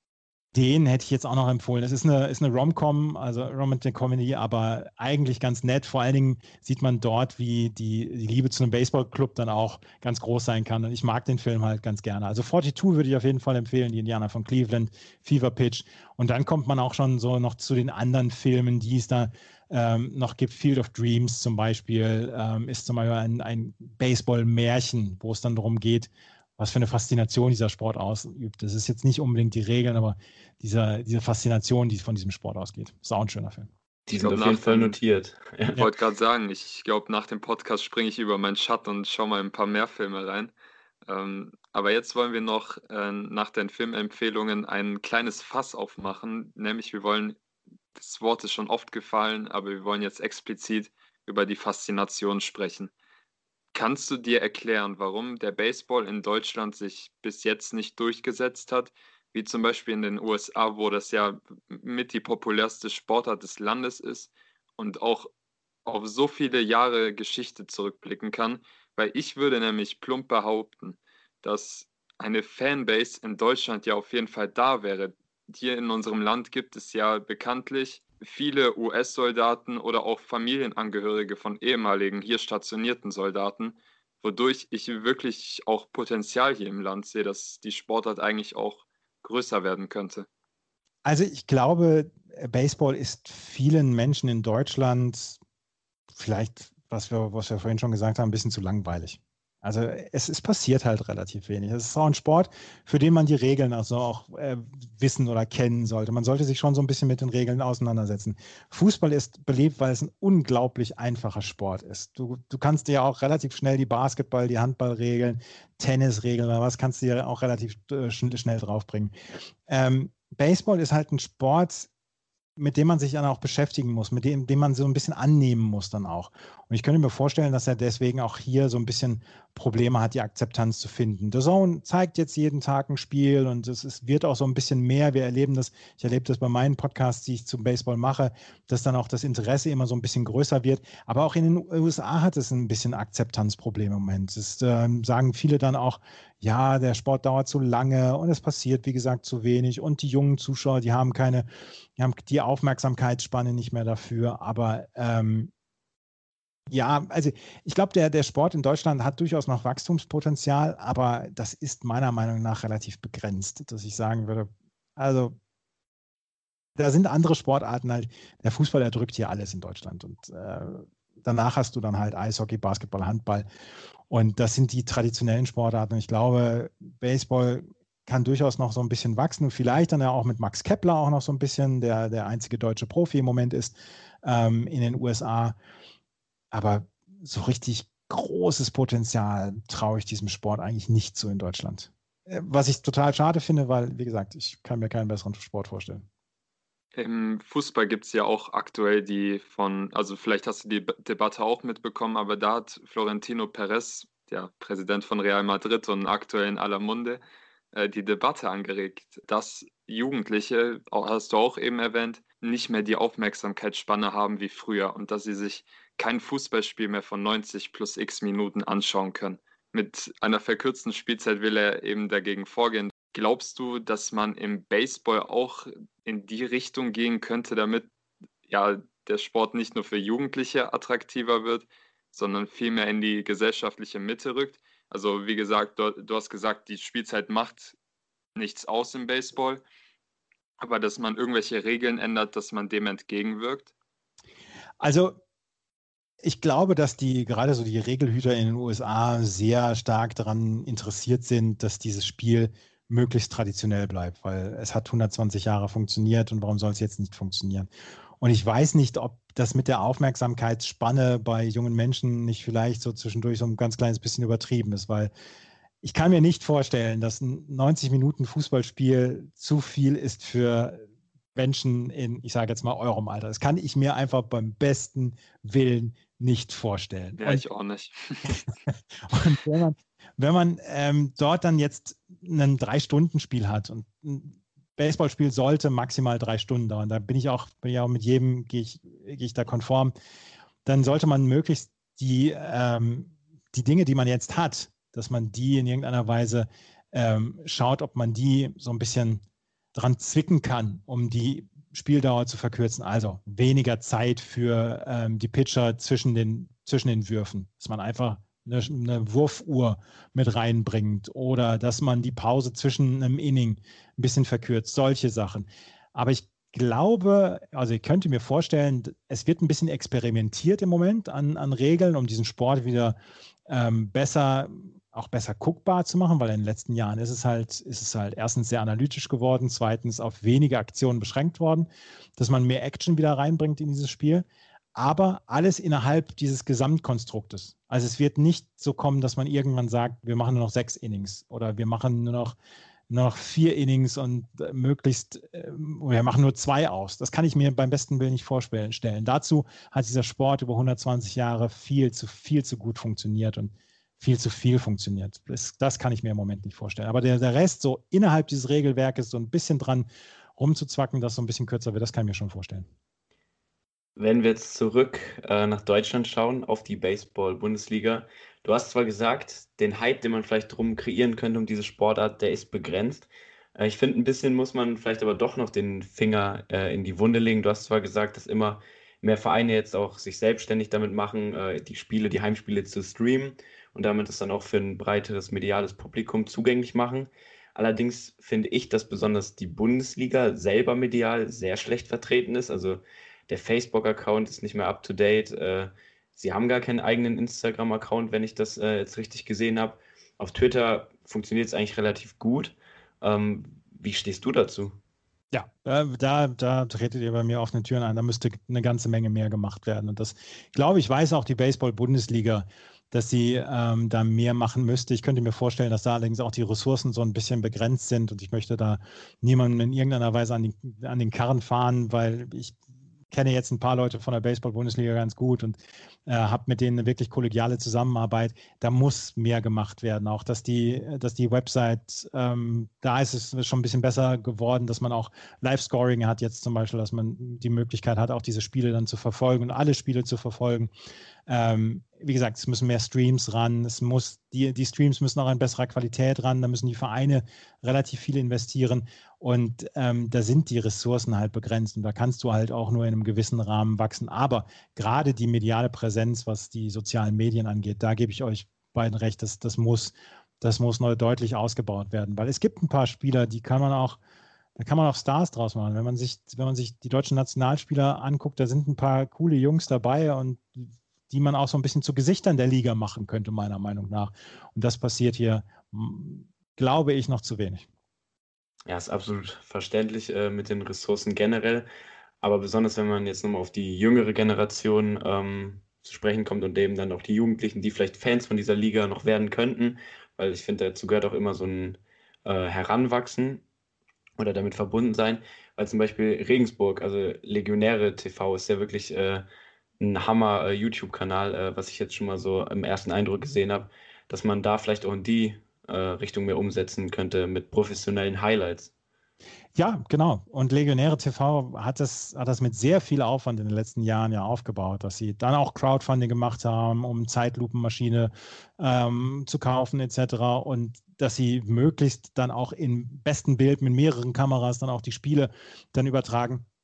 den hätte ich jetzt auch noch empfohlen. Es ist eine, ist eine Rom-Com, also Romantic Comedy, aber eigentlich ganz nett. Vor allen Dingen sieht man dort, wie die, die Liebe zu einem Baseballclub dann auch ganz groß sein kann. Und ich mag den Film halt ganz gerne. Also zweiundvierzig würde ich auf jeden Fall empfehlen, die Indianer von Cleveland, Fever Pitch. Und dann kommt man auch schon so noch zu den anderen Filmen, die es da ähm, noch gibt. Field of Dreams zum Beispiel ähm, ist zum Beispiel ein, ein Baseball-Märchen, wo es dann darum geht, was für eine Faszination dieser Sport ausübt. Das ist jetzt nicht unbedingt die Regeln, aber diese, diese Faszination, die von diesem Sport ausgeht. Ist auch ein schöner Film. Die sind auf jeden Fall notiert. Ich ja. wollte gerade sagen, ich glaube, nach dem Podcast springe ich über meinen Schatten und schaue mal ein paar mehr Filme rein. Ähm, aber jetzt wollen wir noch äh, nach den Filmempfehlungen ein kleines Fass aufmachen, nämlich wir wollen, das Wort ist schon oft gefallen, aber wir wollen jetzt explizit über die Faszination sprechen. Kannst du dir erklären, warum der Baseball in Deutschland sich bis jetzt nicht durchgesetzt hat, wie zum Beispiel in den U S A, wo das ja mit die populärste Sportart des Landes ist und auch auf so viele Jahre Geschichte zurückblicken kann? Weil ich würde nämlich plump behaupten, dass eine Fanbase in Deutschland ja auf jeden Fall da wäre. Hier in unserem Land gibt es ja bekanntlich viele U S-Soldaten oder auch Familienangehörige von ehemaligen hier stationierten Soldaten, wodurch ich wirklich auch Potenzial hier im Land sehe, dass die Sportart eigentlich auch größer werden könnte. Also ich glaube, Baseball ist vielen Menschen in Deutschland vielleicht, was wir, was wir vorhin schon gesagt haben, ein bisschen zu langweilig. Also es, es passiert halt relativ wenig. Es ist auch ein Sport, für den man die Regeln also auch äh, wissen oder kennen sollte. Man sollte sich schon so ein bisschen mit den Regeln auseinandersetzen. Fußball ist beliebt, weil es ein unglaublich einfacher Sport ist. Du, du kannst dir auch relativ schnell die Basketball-, die Handballregeln, Tennisregeln oder was kannst du dir auch relativ äh, schnell draufbringen. Ähm, Baseball ist halt ein Sport, mit dem man sich dann auch beschäftigen muss, mit dem, dem man so ein bisschen annehmen muss dann auch. Und ich könnte mir vorstellen, dass er deswegen auch hier so ein bisschen Probleme hat, die Akzeptanz zu finden. The Zone zeigt jetzt jeden Tag ein Spiel und es ist, wird auch so ein bisschen mehr. Wir erleben das, ich erlebe das bei meinen Podcasts, die ich zum Baseball mache, dass dann auch das Interesse immer so ein bisschen größer wird. Aber auch in den U S A hat es ein bisschen Akzeptanzprobleme im Moment. Das äh, sagen viele dann auch, ja, der Sport dauert zu lange und es passiert, wie gesagt, zu wenig und die jungen Zuschauer, die haben keine, die haben die Aufmerksamkeitsspanne nicht mehr dafür, aber ähm, ja, also ich glaube, der, der Sport in Deutschland hat durchaus noch Wachstumspotenzial, aber das ist meiner Meinung nach relativ begrenzt, dass ich sagen würde, also da sind andere Sportarten halt, der Fußball erdrückt hier alles in Deutschland und äh, danach hast du dann halt Eishockey, Basketball, Handball und das sind die traditionellen Sportarten und ich glaube, Baseball kann durchaus noch so ein bisschen wachsen und vielleicht dann ja auch mit Max Kepler auch noch so ein bisschen, der der einzige deutsche Profi im Moment ist ähm, in den U S A. Aber so richtig großes Potenzial traue ich diesem Sport eigentlich nicht so in Deutschland. Was ich total schade finde, weil, wie gesagt, ich kann mir keinen besseren Sport vorstellen. Im Fußball gibt es ja auch aktuell die von, also vielleicht hast du die B- Debatte auch mitbekommen, aber da hat Florentino Perez, der Präsident von Real Madrid und aktuell in aller Munde, äh, die Debatte angeregt, dass Jugendliche, auch, hast du auch eben erwähnt, nicht mehr die Aufmerksamkeitsspanne haben wie früher und dass sie sich kein Fußballspiel mehr von neunzig plus x Minuten anschauen können. Mit einer verkürzten Spielzeit will er eben dagegen vorgehen. Glaubst du, dass man im Baseball auch in die Richtung gehen könnte, damit ja der Sport nicht nur für Jugendliche attraktiver wird, sondern vielmehr in die gesellschaftliche Mitte rückt? Also wie gesagt, du, du hast gesagt, die Spielzeit macht nichts aus im Baseball, Aber dass man irgendwelche Regeln ändert, dass man dem entgegenwirkt? Also ich glaube, dass die gerade so die Regelhüter in den U S A sehr stark daran interessiert sind, dass dieses Spiel möglichst traditionell bleibt, weil es hat hundertzwanzig Jahre funktioniert und warum soll es jetzt nicht funktionieren? Und ich weiß nicht, ob das mit der Aufmerksamkeitsspanne bei jungen Menschen nicht vielleicht so zwischendurch so ein ganz kleines bisschen übertrieben ist, weil ich kann mir nicht vorstellen, dass ein neunzig Minuten Fußballspiel zu viel ist für Menschen in, ich sage jetzt mal, eurem Alter. Das kann ich mir einfach beim besten Willen nicht vorstellen. Ja, ich auch nicht. Und wenn man, wenn man ähm, dort dann jetzt ein Drei-Stunden-Spiel hat und ein Baseballspiel sollte maximal drei Stunden dauern, da bin ich auch, bin ich auch mit jedem, gehe ich, gehe ich da konform, dann sollte man möglichst die, ähm, die Dinge, die man jetzt hat, dass man die in irgendeiner Weise ähm, schaut, ob man die so ein bisschen dran zwicken kann, um die Spieldauer zu verkürzen. Also weniger Zeit für ähm, die Pitcher zwischen den, zwischen den Würfen, dass man einfach eine, eine Wurfuhr mit reinbringt oder dass man die Pause zwischen einem Inning ein bisschen verkürzt, solche Sachen. Aber ich glaube, also ich könnte mir vorstellen, es wird ein bisschen experimentiert im Moment an, an Regeln, um diesen Sport wieder ähm, besser auch besser guckbar zu machen, weil in den letzten Jahren ist es halt, ist es halt erstens sehr analytisch geworden, zweitens auf wenige Aktionen beschränkt worden, dass man mehr Action wieder reinbringt in dieses Spiel, aber alles innerhalb dieses Gesamtkonstruktes. Also es wird nicht so kommen, dass man irgendwann sagt, wir machen nur noch sechs Innings oder wir machen nur noch, nur noch vier Innings und äh, möglichst, äh, wir machen nur zwei aus. Das kann ich mir beim besten Willen nicht vorstellen. Dazu hat dieser Sport über hundertzwanzig Jahre viel zu, viel zu gut funktioniert und viel zu viel funktioniert. Das, das kann ich mir im Moment nicht vorstellen. Aber der, der Rest, so innerhalb dieses Regelwerkes, so ein bisschen dran rumzuzwacken, dass so ein bisschen kürzer wird, das kann ich mir schon vorstellen. Wenn wir jetzt zurück äh, nach Deutschland schauen, auf die Baseball-Bundesliga. Du hast zwar gesagt, den Hype, den man vielleicht drum kreieren könnte um diese Sportart, der ist begrenzt. Äh, ich finde, ein bisschen muss man vielleicht aber doch noch den Finger äh, in die Wunde legen. Du hast zwar gesagt, dass immer mehr Vereine jetzt auch sich selbstständig damit machen, äh, die Spiele, die Heimspiele zu streamen und damit es dann auch für ein breiteres mediales Publikum zugänglich machen. Allerdings finde ich, dass besonders die Bundesliga selber medial sehr schlecht vertreten ist. Also der Facebook-Account ist nicht mehr up-to-date. Äh, sie haben gar keinen eigenen Instagram-Account, wenn ich das äh, jetzt richtig gesehen habe. Auf Twitter funktioniert es eigentlich relativ gut. Ähm, wie stehst du dazu? Ja, äh, da, da tretet ihr bei mir offene Türen ein. Da müsste eine ganze Menge mehr gemacht werden. Und das, glaube ich, weiß auch die Baseball-Bundesliga, dass sie ähm, da mehr machen müsste. Ich könnte mir vorstellen, dass da allerdings auch die Ressourcen so ein bisschen begrenzt sind. Und ich möchte da niemanden in irgendeiner Weise an, die, an den Karren fahren, weil ich kenne jetzt ein paar Leute von der Baseball-Bundesliga ganz gut und äh, habe mit denen eine wirklich kollegiale Zusammenarbeit. Da muss mehr gemacht werden. Auch, dass die, dass die Website, ähm, da ist es schon ein bisschen besser geworden, dass man auch Live-Scoring hat jetzt zum Beispiel, dass man die Möglichkeit hat, auch diese Spiele dann zu verfolgen und alle Spiele zu verfolgen. Ähm, wie gesagt, es müssen mehr Streams ran, es muss, die, die Streams müssen auch in besserer Qualität ran, da müssen die Vereine relativ viel investieren und ähm, da sind die Ressourcen halt begrenzt und da kannst du halt auch nur in einem gewissen Rahmen wachsen. Aber gerade die mediale Präsenz, was die sozialen Medien angeht, da gebe ich euch beiden recht, das, das muss, das muss neu deutlich ausgebaut werden, weil es gibt ein paar Spieler, die kann man auch Da kann man auch Stars draus machen. Wenn man sich, wenn man sich die deutschen Nationalspieler anguckt, da sind ein paar coole Jungs dabei und die man auch so ein bisschen zu Gesichtern der Liga machen könnte, meiner Meinung nach. Und das passiert hier, glaube ich, noch zu wenig. Ja, ist absolut verständlich äh, mit den Ressourcen generell. Aber besonders, wenn man jetzt nochmal auf die jüngere Generation ähm, zu sprechen kommt und eben dann auch die Jugendlichen, die vielleicht Fans von dieser Liga noch werden könnten, weil ich finde, dazu gehört auch immer so ein äh, Heranwachsen oder damit verbunden sein, weil zum Beispiel Regensburg, also Legionäre T V, ist ja wirklich äh, ein Hammer äh, YouTube-Kanal, äh, was ich jetzt schon mal so im ersten Eindruck gesehen habe, dass man da vielleicht auch in die äh, Richtung mehr umsetzen könnte mit professionellen Highlights. Ja, genau. Und Legionäre T V hat das, hat das mit sehr viel Aufwand in den letzten Jahren ja aufgebaut, dass sie dann auch Crowdfunding gemacht haben, um Zeitlupenmaschine ähm, zu kaufen et cetera. Und dass sie möglichst dann auch im besten Bild mit mehreren Kameras dann auch die Spiele dann übertragen.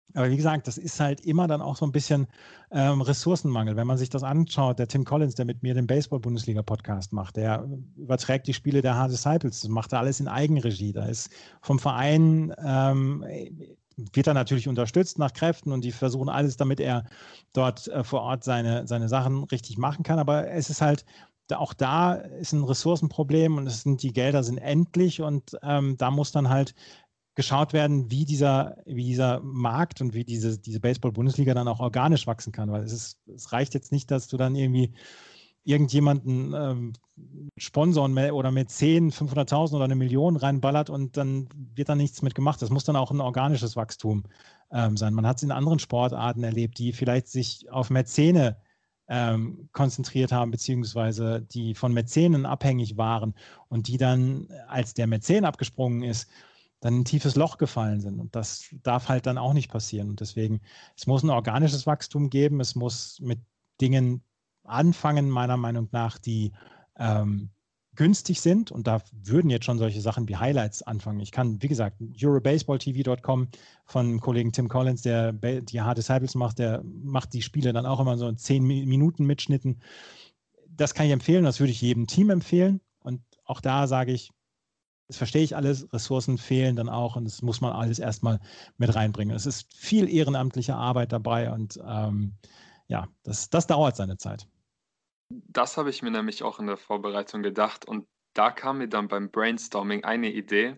Aber wie gesagt, das ist halt immer dann auch so ein bisschen ähm, Ressourcenmangel. Wenn man sich das anschaut, der Tim Collins, der mit mir den Baseball-Bundesliga-Podcast macht, der überträgt die Spiele der Hard Disciples, das macht er alles in Eigenregie. Da ist vom Verein, ähm, wird er natürlich unterstützt nach Kräften und die versuchen alles, damit er dort äh, vor Ort seine, seine Sachen richtig machen kann. Aber es ist halt, auch da ist ein Ressourcenproblem und es sind, die Gelder sind endlich und ähm, da muss dann halt geschaut werden, wie dieser, wie dieser Markt und wie diese, diese Baseball-Bundesliga dann auch organisch wachsen kann, weil es ist, es reicht jetzt nicht, dass du dann irgendwie irgendjemanden ähm, Sponsoren oder Mäzen fünfhunderttausend oder eine Million reinballert und dann wird da nichts mit gemacht. Das muss dann auch ein organisches Wachstum ähm, sein. Man hat es in anderen Sportarten erlebt, die vielleicht sich auf Mäzene ähm, konzentriert haben, beziehungsweise die von Mäzenen abhängig waren und die dann, als der Mäzen abgesprungen ist, dann in ein tiefes Loch gefallen sind. Und das darf halt dann auch nicht passieren. Und deswegen, es muss ein organisches Wachstum geben. Es muss mit Dingen anfangen, meiner Meinung nach, die ähm, günstig sind. Und da würden jetzt schon solche Sachen wie Highlights anfangen. Ich kann, wie gesagt, Eurobaseball T V Punkt com von Kollegen Tim Collins, der die Hard Disciples macht, der macht die Spiele dann auch immer so in zehn Minuten Mitschnitten. Das kann ich empfehlen. Das würde ich jedem Team empfehlen. Und auch da sage ich, das verstehe ich alles, Ressourcen fehlen dann auch und das muss man alles erstmal mit reinbringen. Es ist viel ehrenamtliche Arbeit dabei und ähm, ja, das, das dauert seine Zeit. Das habe ich mir nämlich auch in der Vorbereitung gedacht und da kam mir dann beim Brainstorming eine Idee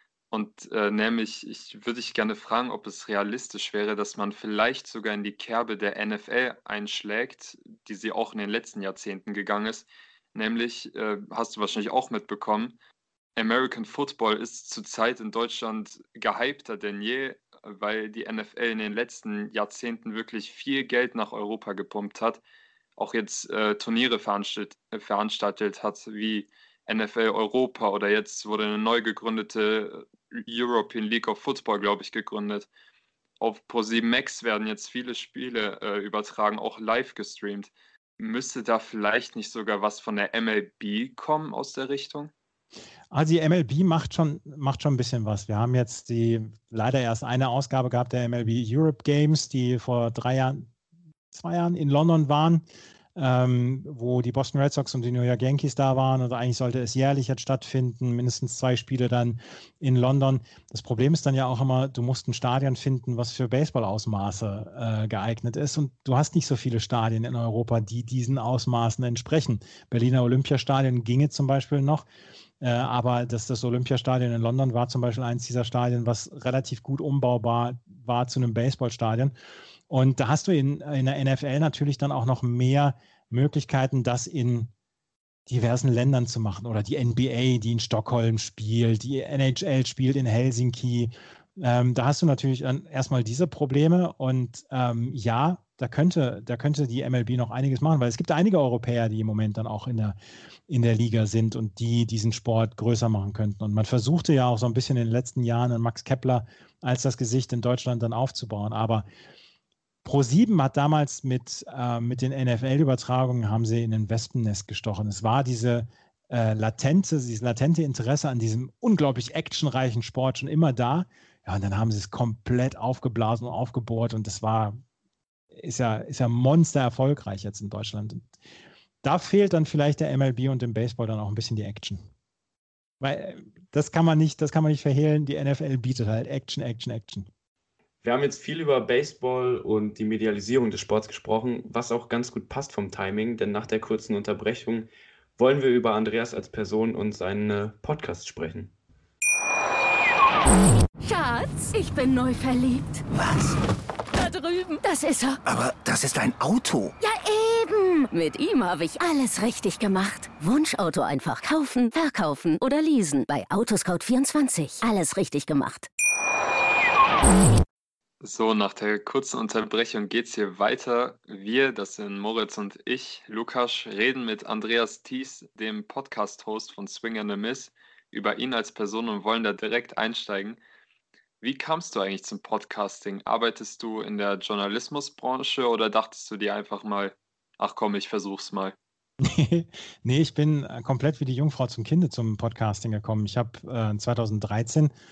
und äh, nämlich, ich würde dich gerne fragen, ob es realistisch wäre, dass man vielleicht sogar in die Kerbe der N F L einschlägt, die sie auch in den letzten Jahrzehnten gegangen ist. Nämlich, äh, hast du wahrscheinlich auch mitbekommen, American Football ist zurzeit in Deutschland gehypter denn je, weil die N F L in den letzten Jahrzehnten wirklich viel Geld nach Europa gepumpt hat. Auch jetzt äh, Turniere veranstaltet, äh, veranstaltet hat, wie N F L Europa oder jetzt wurde eine neu gegründete European League of Football, glaube ich, gegründet. Auf ProSieben Max werden jetzt viele Spiele äh, übertragen, auch live gestreamt. Müsste da vielleicht nicht sogar was von der M L B kommen aus der Richtung? Also die M L B macht schon, macht schon ein bisschen was. Wir haben jetzt die leider erst eine Ausgabe gehabt der M L B Europe Games, die vor drei Jahren, zwei Jahren in London waren, ähm, wo die Boston Red Sox und die New York Yankees da waren. Und eigentlich sollte es jährlich jetzt stattfinden, mindestens zwei Spiele dann in London. Das Problem ist dann ja auch immer, du musst ein Stadion finden, was für Baseball-Ausmaße äh, geeignet ist. Und du hast nicht so viele Stadien in Europa, die diesen Ausmaßen entsprechen. Berliner Olympiastadion ginge zum Beispiel noch. Äh, aber das, das Olympiastadion in London war zum Beispiel eins dieser Stadien, was relativ gut umbaubar war zu einem Baseballstadion. Und da hast du in, in der N F L natürlich dann auch noch mehr Möglichkeiten, das in diversen Ländern zu machen. Oder die N B A, die in Stockholm spielt, die N H L spielt in Helsinki. Ähm, da hast du natürlich erstmal diese Probleme. Und ähm, ja, da könnte, da könnte die M L B noch einiges machen, weil es gibt einige Europäer, die im Moment dann auch in der, in der Liga sind und die diesen Sport größer machen könnten. Und man versuchte ja auch so ein bisschen in den letzten Jahren an Max Kepler als das Gesicht in Deutschland dann aufzubauen. Aber ProSieben hat damals mit, äh, mit den N F L-Übertragungen haben sie in ein Wespennest gestochen. Es war diese äh, latente, dieses latente Interesse an diesem unglaublich actionreichen Sport schon immer da. Ja, und dann haben sie es komplett aufgeblasen und aufgebohrt und das war, ist ja, ist ja monster erfolgreich jetzt in Deutschland. Und da fehlt dann vielleicht der M L B und dem Baseball dann auch ein bisschen die Action. Weil das kann man nicht, das kann man nicht verhehlen, die N F L bietet halt Action, Action, Action. Wir haben jetzt viel über Baseball und die Medialisierung des Sports gesprochen, was auch ganz gut passt vom Timing, denn nach der kurzen Unterbrechung wollen wir über Andreas als Person und seinen Podcast sprechen. Schatz, ich bin neu verliebt. Was? Da drüben. Das ist er. Aber das ist ein Auto. Ja, eben. Mit ihm habe ich alles richtig gemacht. Wunschauto einfach kaufen, verkaufen oder leasen. Bei Autoscout vierundzwanzig. Alles richtig gemacht. So, nach der kurzen Unterbrechung geht's hier weiter. Wir, das sind Moritz und ich, Lukas, reden mit Andreas Thies, dem Podcast-Host von Swing and a Miss, über ihn als Person und wollen da direkt einsteigen. Wie kamst du eigentlich zum Podcasting? Arbeitest du in der Journalismusbranche oder dachtest du dir einfach mal, ach komm, ich versuch's mal? Nee, ich bin komplett wie die Jungfrau zum Kinde zum Podcasting gekommen. Ich habe äh, zweitausenddreizehn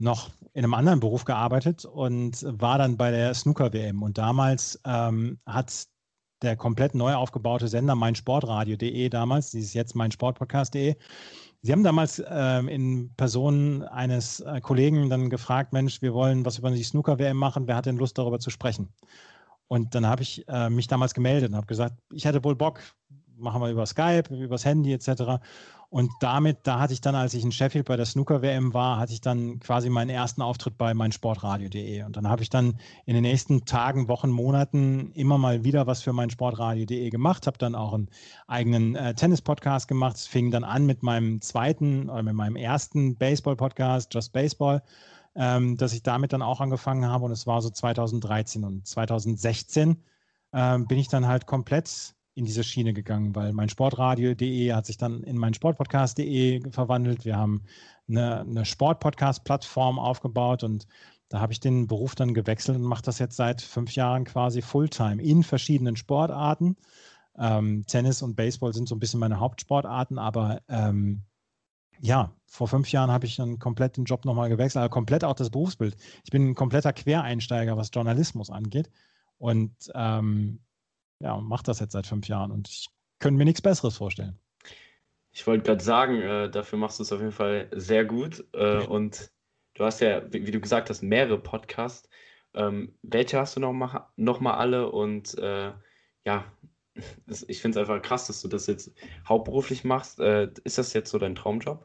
noch in einem anderen Beruf gearbeitet und war dann bei der Snooker-W M. Und damals ähm, hat der komplett neu aufgebaute Sender meinsportradio punkt de damals, die ist jetzt meinsportpodcast punkt de, sie haben damals ähm, in Person eines äh, Kollegen dann gefragt, Mensch, wir wollen was über die Snooker-W M machen, wer hat denn Lust, darüber zu sprechen? Und dann habe ich äh, mich damals gemeldet und habe gesagt, ich hätte wohl Bock, machen wir über Skype, übers Handy et cetera. Und damit, da hatte ich dann, als ich in Sheffield bei der Snooker-W M war, hatte ich dann quasi meinen ersten Auftritt bei meinsportradio punkt de. Und dann habe ich dann in den nächsten Tagen, Wochen, Monaten immer mal wieder was für meinsportradio punkt de gemacht, habe dann auch einen eigenen äh, Tennis-Podcast gemacht. Es fing dann an mit meinem zweiten oder mit meinem ersten Baseball-Podcast, Just Baseball, ähm, dass ich damit dann auch angefangen habe. Und es war so zweitausenddreizehn und zweitausendsechzehn ähm, bin ich dann halt komplett in diese Schiene gegangen, weil meinsportradio punkt de hat sich dann in meinsportpodcast punkt de verwandelt. Wir haben eine, eine Sport-Podcast-Plattform aufgebaut und da habe ich den Beruf dann gewechselt und mache das jetzt seit fünf Jahren quasi Fulltime in verschiedenen Sportarten. Ähm, Tennis und Baseball sind so ein bisschen meine Hauptsportarten, aber ähm, ja, vor fünf Jahren habe ich dann komplett den Job nochmal gewechselt, also komplett auch das Berufsbild. Ich bin ein kompletter Quereinsteiger, was Journalismus angeht und ähm, ja, und mache das jetzt seit fünf Jahren und ich könnte mir nichts Besseres vorstellen. Ich wollte gerade sagen, äh, dafür machst du es auf jeden Fall sehr gut. Äh, und du hast ja, wie, wie du gesagt hast, mehrere Podcasts. Ähm, welche hast du noch mal, noch mal alle? Und äh, ja, das, ich finde es einfach krass, dass du das jetzt hauptberuflich machst. Äh, ist das jetzt so dein Traumjob?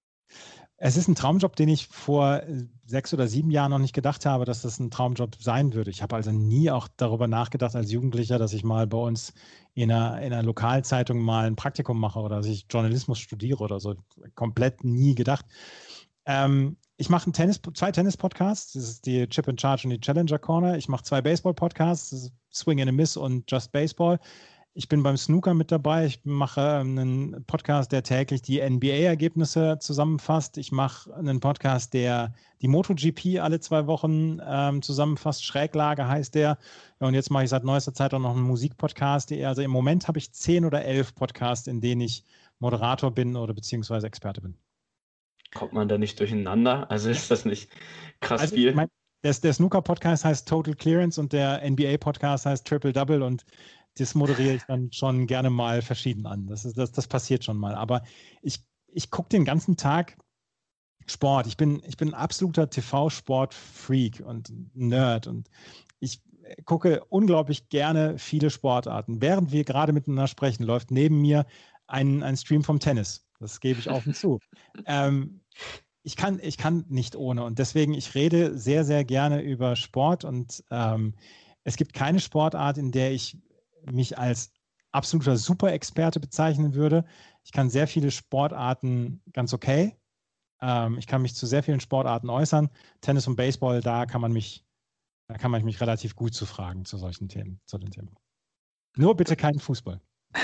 Es ist ein Traumjob, den ich vor sechs oder sieben Jahren noch nicht gedacht habe, dass das ein Traumjob sein würde. Ich habe also nie auch darüber nachgedacht als Jugendlicher, dass ich mal bei uns in einer, in einer Lokalzeitung mal ein Praktikum mache oder dass ich Journalismus studiere oder so. Komplett nie gedacht. Ähm, ich mache ein Tennis, zwei Tennis-Podcasts. Das ist die Chip and Charge und die Challenger Corner. Ich mache zwei Baseball-Podcasts, das ist Swing and a Miss und Just Baseball. Ich bin beim Snooker mit dabei. Ich mache einen Podcast, der täglich die N B A-Ergebnisse zusammenfasst. Ich mache einen Podcast, der die MotoGP alle zwei Wochen ähm, zusammenfasst. Schräglage heißt der. Ja, und jetzt mache ich seit neuester Zeit auch noch einen Musikpodcast. Also im Moment habe ich zehn oder elf Podcasts, in denen ich Moderator bin oder beziehungsweise Experte bin. Kommt man da nicht durcheinander? Also ist das nicht krass also, viel? Ich mein, der, der Snooker-Podcast heißt Total Clearance und der N B A-Podcast heißt Triple Double und das moderiere ich dann schon gerne mal verschieden an. Das, ist, das, das passiert schon mal. Aber ich, ich gucke den ganzen Tag Sport. Ich bin, ich bin ein absoluter T V-Sport-Freak und Nerd. Und ich gucke unglaublich gerne viele Sportarten. Während wir gerade miteinander sprechen, läuft neben mir ein, ein Stream vom Tennis. Das gebe ich offen zu. Ähm, ich kann, ich kann nicht ohne. Und deswegen, ich rede sehr, sehr gerne über Sport. Und ähm, es gibt keine Sportart, in der ich mich als absoluter Super-Experte bezeichnen würde. Ich kann sehr viele Sportarten ganz okay. Ähm, ich kann mich zu sehr vielen Sportarten äußern. Tennis und Baseball, da kann man mich, da kann man mich relativ gut zu fragen zu solchen Themen, zu den Themen. Nur bitte keinen Fußball.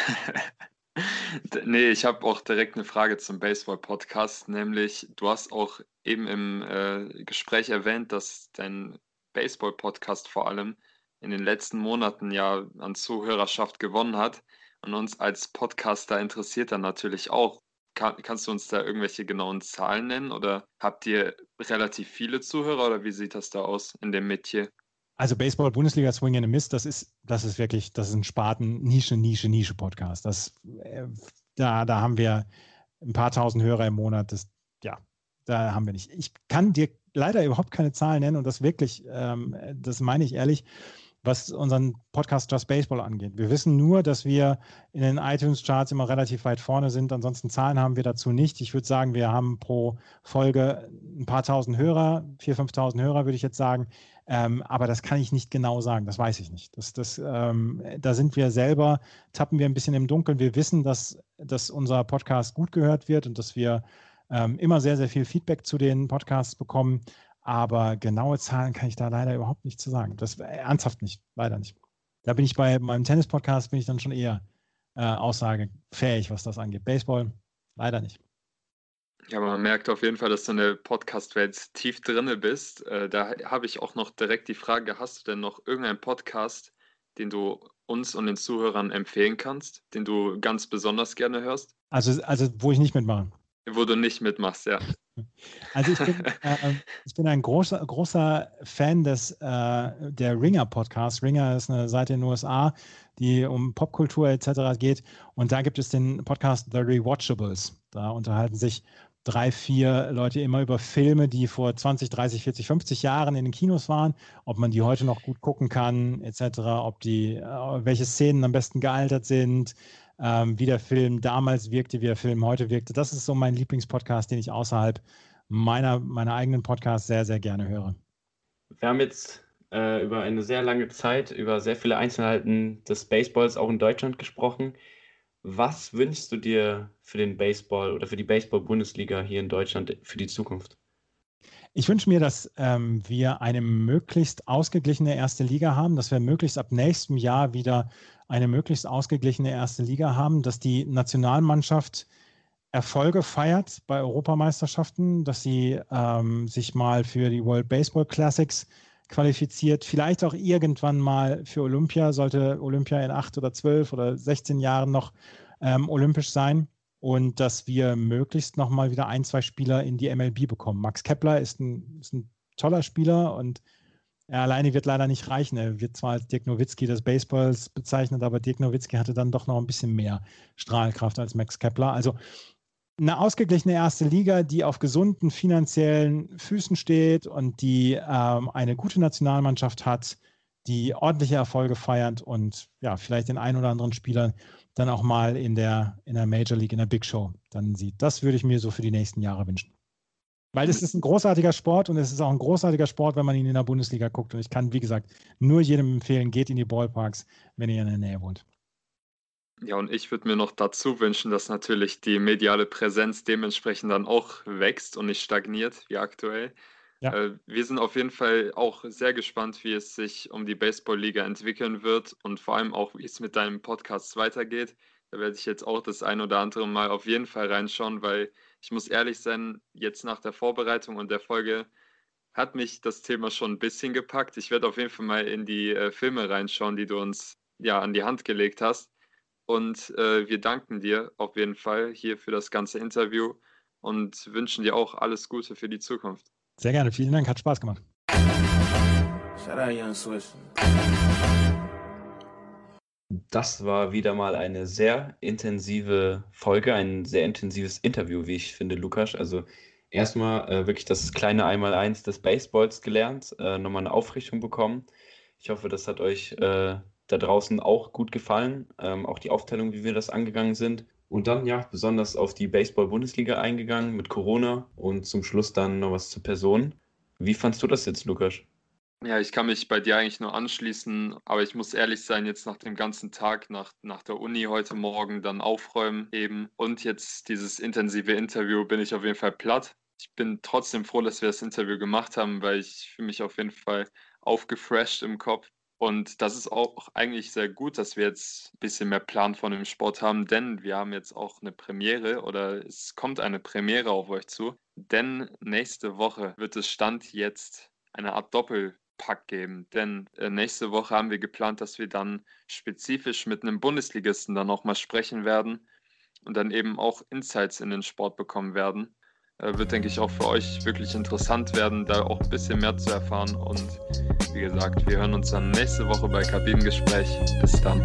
Nee, ich habe auch direkt eine Frage zum Baseball-Podcast, nämlich du hast auch eben im äh, Gespräch erwähnt, dass dein Baseball-Podcast vor allem in den letzten Monaten ja an Zuhörerschaft gewonnen hat und uns als Podcaster interessiert dann natürlich auch. Kann, kannst du uns da irgendwelche genauen Zahlen nennen oder habt ihr relativ viele Zuhörer oder wie sieht das da aus in dem Metier? Also Baseball, Bundesliga, Swing and a Miss, das ist, das ist wirklich, das ist ein Spaten, Nische, Nische, Nische Podcast. Das, äh, da, da haben wir ein paar tausend Hörer im Monat. Das, ja, da haben wir nicht. Ich kann dir leider überhaupt keine Zahlen nennen und das wirklich, ähm, das meine ich ehrlich, was unseren Podcast Just Baseball angeht. Wir wissen nur, dass wir in den iTunes-Charts immer relativ weit vorne sind. Ansonsten Zahlen haben wir dazu nicht. Ich würde sagen, wir haben pro Folge ein paar tausend Hörer, viertausend, fünftausend Hörer, würde ich jetzt sagen. Ähm, aber das kann ich nicht genau sagen. Das weiß ich nicht. Das, das, ähm, da sind wir selber, tappen wir ein bisschen im Dunkeln. Wir wissen, dass, dass unser Podcast gut gehört wird und dass wir ähm, immer sehr, sehr viel Feedback zu den Podcasts bekommen. Aber genaue Zahlen kann ich da leider überhaupt nicht zu sagen. Das äh, ernsthaft nicht, leider nicht. Da bin ich bei meinem Tennis-Podcast bin ich dann schon eher äh, aussagefähig, was das angeht. Baseball, leider nicht. Ja, aber man merkt auf jeden Fall, dass du in der Podcast-Welt tief drinne bist. Äh, da habe ich auch noch direkt die Frage, hast du denn noch irgendeinen Podcast, den du uns und den Zuhörern empfehlen kannst, den du ganz besonders gerne hörst? Also, also wo ich nicht mitmache. Wo du nicht mitmachst, ja. Also ich bin, äh, ich bin ein großer, großer Fan des, äh, der Ringer-Podcasts. Ringer ist eine Seite in den U S A, die um Popkultur et cetera geht. Und da gibt es den Podcast The Rewatchables. Da unterhalten sich drei, vier Leute immer über Filme, die vor zwanzig, dreißig, vierzig, fünfzig Jahren in den Kinos waren, ob man die heute noch gut gucken kann, et cetera, ob die, äh, welche Szenen am besten gealtert sind, ähm, wie der Film damals wirkte, wie der Film heute wirkte. Das ist so mein Lieblingspodcast, den ich außerhalb meiner, meiner eigenen Podcasts sehr, sehr gerne höre. Wir haben jetzt äh, über eine sehr lange Zeit über sehr viele Einzelheiten des Baseballs auch in Deutschland gesprochen. Was wünschst du dir für den Baseball oder für die Baseball-Bundesliga hier in Deutschland für die Zukunft? Ich wünsche mir, dass ähm, wir eine möglichst ausgeglichene erste Liga haben, dass wir möglichst ab nächstem Jahr wieder eine möglichst ausgeglichene erste Liga haben, dass die Nationalmannschaft Erfolge feiert bei Europameisterschaften, dass sie ähm, sich mal für die World Baseball Classics qualifiziert, vielleicht auch irgendwann mal für Olympia, sollte Olympia in acht oder zwölf oder sechzehn Jahren noch ähm, olympisch sein, und dass wir möglichst nochmal wieder ein, zwei Spieler in die M L B bekommen. Max Kepler ist ein, ist ein toller Spieler und er alleine wird leider nicht reichen. Er wird zwar als Dirk Nowitzki des Baseballs bezeichnet, aber Dirk Nowitzki hatte dann doch noch ein bisschen mehr Strahlkraft als Max Kepler. Also eine ausgeglichene erste Liga, die auf gesunden finanziellen Füßen steht und die ähm, eine gute Nationalmannschaft hat, die ordentliche Erfolge feiert und ja, vielleicht den einen oder anderen Spieler dann auch mal in der, in der Major League, in der Big Show dann sieht. Das würde ich mir so für die nächsten Jahre wünschen. Weil es ist ein großartiger Sport und es ist auch ein großartiger Sport, wenn man ihn in der Bundesliga guckt. Und ich kann, wie gesagt, nur jedem empfehlen, geht in die Ballparks, wenn ihr in der Nähe wohnt. Ja, und ich würde mir noch dazu wünschen, dass natürlich die mediale Präsenz dementsprechend dann auch wächst und nicht stagniert wie aktuell. Ja. Äh, wir sind auf jeden Fall auch sehr gespannt, wie es sich um die Baseball-Liga entwickeln wird und vor allem auch, wie es mit deinem Podcast weitergeht. Da werde ich jetzt auch das ein oder andere Mal auf jeden Fall reinschauen, weil ich muss ehrlich sein, jetzt nach der Vorbereitung und der Folge hat mich das Thema schon ein bisschen gepackt. Ich werde auf jeden Fall mal in die äh, Filme reinschauen, die du uns ja an die Hand gelegt hast. Und äh, wir danken dir auf jeden Fall hier für das ganze Interview und wünschen dir auch alles Gute für die Zukunft. Sehr gerne, vielen Dank, hat Spaß gemacht. Das war wieder mal eine sehr intensive Folge, ein sehr intensives Interview, wie ich finde, Lukas. Also erstmal äh, wirklich das kleine Einmaleins des Baseballs gelernt, äh, nochmal eine Aufrichtung bekommen. Ich hoffe, das hat euch äh, da draußen auch gut gefallen, ähm, auch die Aufteilung, wie wir das angegangen sind. Und dann ja besonders auf die Baseball-Bundesliga eingegangen mit Corona und zum Schluss dann noch was zur Person. Wie fandst du das jetzt, Lukas? Ja, ich kann mich bei dir eigentlich nur anschließen, aber ich muss ehrlich sein, jetzt nach dem ganzen Tag, nach, nach der Uni heute Morgen, dann aufräumen eben und jetzt dieses intensive Interview, bin ich auf jeden Fall platt. Ich bin trotzdem froh, dass wir das Interview gemacht haben, weil ich fühle mich auf jeden Fall aufgefresht im Kopf. Und das ist auch eigentlich sehr gut, dass wir jetzt ein bisschen mehr Plan von dem Sport haben, denn wir haben jetzt auch eine Premiere oder es kommt eine Premiere auf euch zu. Denn nächste Woche wird es Stand jetzt eine Art Doppelpack geben. Denn äh, nächste Woche haben wir geplant, dass wir dann spezifisch mit einem Bundesligisten dann nochmal sprechen werden und dann eben auch Insights in den Sport bekommen werden. Äh, wird, denke ich, auch für euch wirklich interessant werden, da auch ein bisschen mehr zu erfahren. Und wie gesagt, wir hören uns dann nächste Woche bei Kabinengespräch. Bis dann.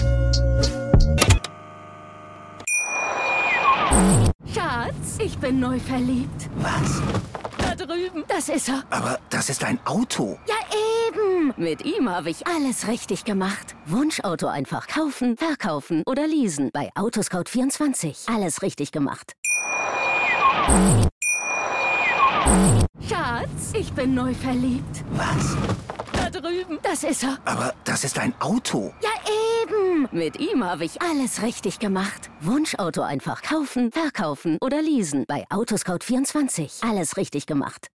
Schatz, ich bin neu verliebt. Was? Da drüben. Das ist er. Aber das ist ein Auto. Ja, eben. Mit ihm habe ich alles richtig gemacht. Wunschauto einfach kaufen, verkaufen oder leasen. Bei Autoscout vierundzwanzig. Alles richtig gemacht. Schatz, ich bin neu verliebt. Was? Da drüben. Das ist er. Aber das ist ein Auto. Ja, eben. Mit ihm habe ich alles richtig gemacht. Wunschauto einfach kaufen, verkaufen oder leasen. Bei Autoscout vierundzwanzig. Alles richtig gemacht.